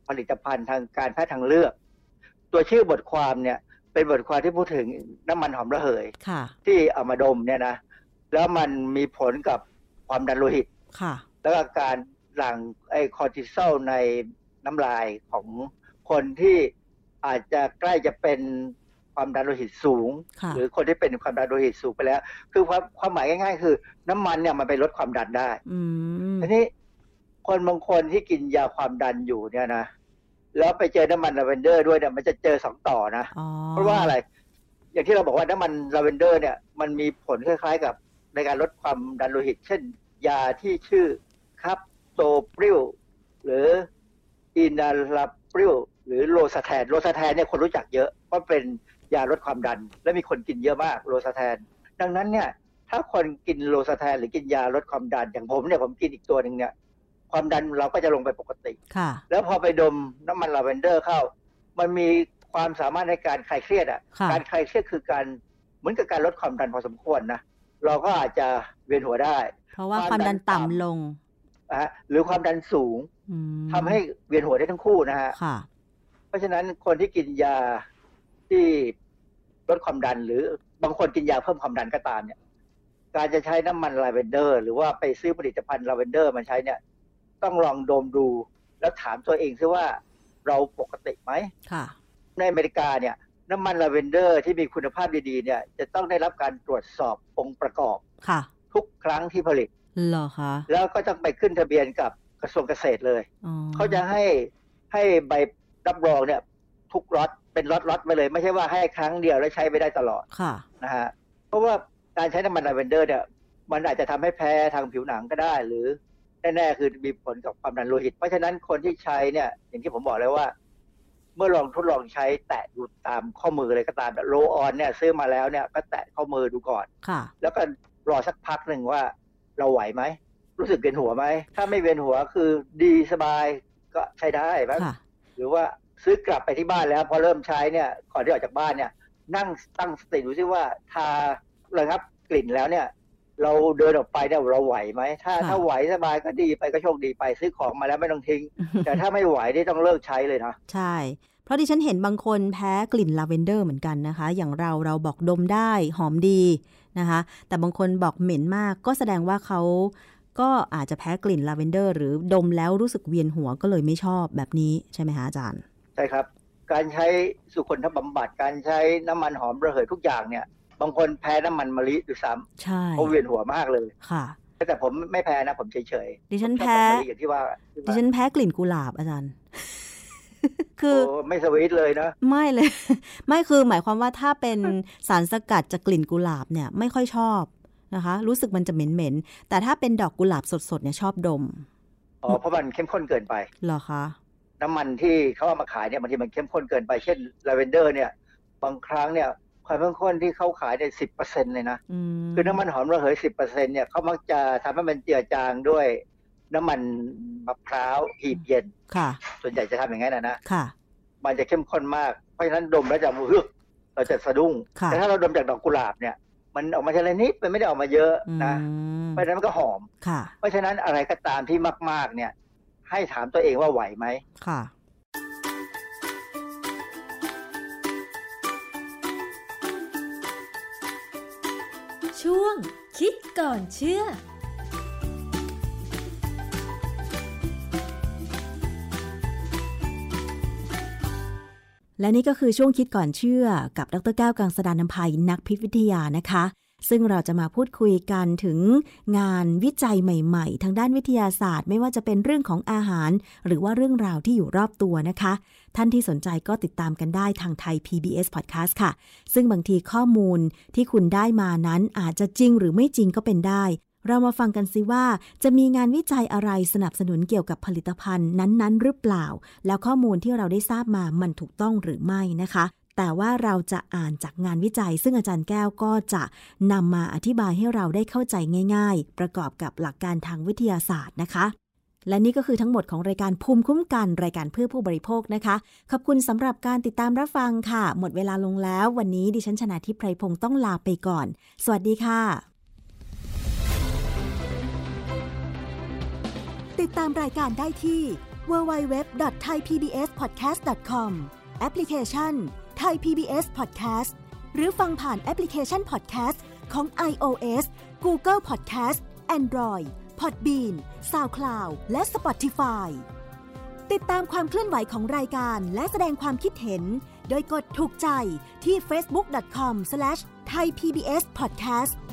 ผลิตภัณฑ์ทางการแพทย์ทางเลือกตัวชื่อบทความเนี่ยเป็นบทความที่พูดถึงน้ำมันหอมระเหยที่เอามาดมเนี่ยนะแล้วมันมีผลกับความดันโลหิตแล้วก็การหลั่งไอคอร์ติซอลในน้ำลายของคนที่อาจจะใกล้จะเป็นความดันโลหิตสูงหรือคนที่เป็นความดันโลหิตสูงไปแล้วคือความความหมายง่ายๆคือน้ำมันเนี่ยมันไปลดความดันได้ทีนี้คนบางคนที่กินยาความดันอยู่เนี่ยนะแล้วไปเจอน้ำมันลาเวนเดอร์ด้วยเนี่ยมันจะเจอสองต่อนะเพราะว่าอะไรอย่างที่เราบอกว่าน้ำมันลาเวนเดอร์เนี่ยมันมีผลคล้ายๆกับในการลดความดันโลหิตเช่นยาที่ชื่อคัปโตปริลหรืออินาลาปริลหรือโลซาแทนโลซาแทนเนี่ยคนรู้จักเยอะเพราะเป็นยาลดความดันและมีคนกินเยอะมากโลซาแทนดังนั้นเนี่ยถ้าคนกินโลซาแทนหรือกินยาลดความดันอย่างผมเนี่ยผมกินอีกตัวนึงเนี่ยความดันเราก็จะลงไปปกติแล้วพอไปดมน้ำมันลาเวนเดอร์เข้ามันมีความสามารถในการคลายเครียดอ่ะการคลายเครียดคือการเหมือนกับการลดความดันพอสมควรนะเราก็อาจจะเวียนหัวได้เพราะว่าความดันต่ำลงอ่ะหรือความดันสูงทำให้เวียนหัวได้ทั้งคู่นะฮะเพราะฉะนั้นคนที่กินยาที่ลดความดันหรือบางคนกินยาเพิ่มความดันก็ตามเนี่ยการจะใช้น้ำมันลาเวนเดอร์หรือว่าไปซื้อผลิตภัณฑ์ลาเวนเดอร์มาใช้เนี่ยต้องลองดมดูแล้วถามตัวเองซิว่าเราปกติไหมในอเมริกาเนี่ยน้ำมันลาเวนเดอร์ที่มีคุณภาพดีๆเนี่ยจะต้องได้รับการตรวจสอบองค์ประกอบทุกครั้งที่ผลิตเหรอคะแล้วก็ต้องไปขึ้นทะเบียนกับกระทรวงเกษตรเลยเขาจะให้ให้ใบรับรองเนี่ยทุกล็อตเป็นล็อตๆไปเลยไม่ใช่ว่าให้ครั้งเดียวแล้วใช้ไม่ได้ตลอดนะฮะเพราะว่าการใช้น้ำมันลาเวนเดอร์เนี่ยมันอาจจะทำให้แพ้ทางผิวหนังก็ได้หรือแน่ๆคือมีผลกับความดันโลหิตเพราะฉะนั้นคนที่ใช้เนี่ยอย่างที่ผมบอกเลยว่าเมื่อลองทดลองใช้แตะดูตามข้อมือเลยก็ตามโรลออนเนี่ยซื้อมาแล้วเนี่ยก็แตะข้อมือดูก่อนแล้วก็รอสักพักหนึ่งว่าเราไหวไหมรู้สึกเวียนหัวไหมถ้าไม่เวียนหัวคือดีสบายก็ใช้ได้ไหมหรือว่าซื้อกลับไปที่บ้านแล้วพอเริ่มใช้เนี่ยก่อนที่ออกจากบ้านเนี่ยนั่งตั้งสติดูซิว่าทาระงับกลิ่นแล้วเนี่ยเราเดินออกไปเนี่ยเราไหวไหมถ้าถ้าไหวสบายก็ดีไปก็โชคดีไปซื้อของมาแล้วไม่ต้องทิ้ง แต่ถ้าไม่ไหวนี่ต้องเลิกใช้เลยนะใช่เพราะดิฉันเห็นบางคนแพ้กลิ่นลาเวนเดอร์เหมือนกันนะคะอย่างเราเราบอกดมได้หอมดีนะคะแต่บางคนบอกเหม็นมากก็แสดงว่าเขาก็อาจจะแพ้กลิ่นลาเวนเดอร์หรือดมแล้วรู้สึกเวียนหัวก็เลยไม่ชอบแบบนี้ใช่ไหมคะอาจารย์ใช่ครับการใช้สุขนทบำบัดการใช้น้ำมันหอมระเหยทุกอย่างเนี่ยบางคนแพ้น้ำมันมะลิด้วยซ้ำใช่เขาเวียนหัวมากเลยค่ะแต่ผมไม่แพ้นะผมเฉยๆดิฉันแพ้อย่างที่ว่าดิฉันแพ้กลิ่นกุหลาบอาจารย์คือไม่สวีทเลยนะไม่เลยไม่คือหมายความว่าถ้าเป็นสารสกัดจากกลิ่นกุหลาบเนี่ยไม่ค่อยชอบนะคะรู้สึกมันจะเหม็นๆแต่ถ้าเป็นดอกกุหลาบสดๆเนี่ยชอบดมอ๋อเพราะมันเข้มข้นเกินไปเหรอคะน้ำมันที่เขาเอามาขายเนี่ยบางทีมันเข้มข้นเกินไปเช่นลาเวนเดอร์เนี่ยบางครั้งเนี่ยความเข้มข้นที่เขาขายได้ สิบเปอร์เซ็นต์ เลยนะคือน้ำมันหอมระเหย สิบเปอร์เซ็นต์ เนี่ยเขามักจะทำให้มันเจือจางด้วยน้ำมันมะพร้าวหีบเย็นค่ะส่วนใหญ่จะทำอย่างนั้นนะนะค่ะมันจะเข้มข้นมากเพราะฉะนั้นดมแล้วจะมือเราจะสะดุ้งแต่ถ้าเราดมจากดอกกุหลาบเนี่ยมันออกมาทีละนิดมันไม่ได้ออกมาเยอะนะเพราะฉะนั้นมันก็หอมค่ะเพราะฉะนั้นอะไรก็ตามที่มากๆเนี่ยให้ถามตัวเองว่าไหวไหมค่ะช่วงคิดก่อนเชื่อและนี่ก็คือช่วงคิดก่อนเชื่อกับดร.แก้วกังสดาลอำไพนักพิษวิทยานะคะซึ่งเราจะมาพูดคุยกันถึงงานวิจัยใหม่ๆทางด้านวิทยาศาสตร์ไม่ว่าจะเป็นเรื่องของอาหารหรือว่าเรื่องราวที่อยู่รอบตัวนะคะท่านที่สนใจก็ติดตามกันได้ทางไทย พี บี เอส Podcast ค่ะซึ่งบางทีข้อมูลที่คุณได้มานั้นอาจจะจริงหรือไม่จริงก็เป็นได้เรามาฟังกันซิว่าจะมีงานวิจัยอะไรสนับสนุนเกี่ยวกับผลิตภัณฑ์นั้นๆหรือเปล่าแล้วข้อมูลที่เราได้ทราบมามันถูกต้องหรือไม่นะคะแต่ว่าเราจะอ่านจากงานวิจัยซึ่งอาจารย์แก้วก็จะนำมาอธิบายให้เราได้เข้าใจง่ายๆประกอบกับหลักการทางวิทยาศาสตร์นะคะและนี่ก็คือทั้งหมดของรายการภูมิคุ้มกันรายการเพื่อผู้บริโภคนะคะขอบคุณสำหรับการติดตามรับฟังค่ะหมดเวลาลงแล้ววันนี้ดิฉันชนาธิปไพรพงศ์ต้องลาไปก่อนสวัสดีค่ะติดตามรายการได้ที่ ดับเบิลยูดับเบิลยู ดับเบิลยู ดับเบิลยู ดอท ไทย พี บี เอส พอดแคสต์ ดอท คอม แอปพลิเคชัน Thai พี บี เอส Podcast หรือฟังผ่านแอปพลิเคชัน Podcast ของ iOS Google Podcast Android Podbean SoundCloud และ Spotify ติดตามความเคลื่อนไหวของรายการและแสดงความคิดเห็นโดยกดถูกใจที่ เฟซบุ๊ก ดอท คอม สแลช ไทย พี บี เอส พอดแคสต์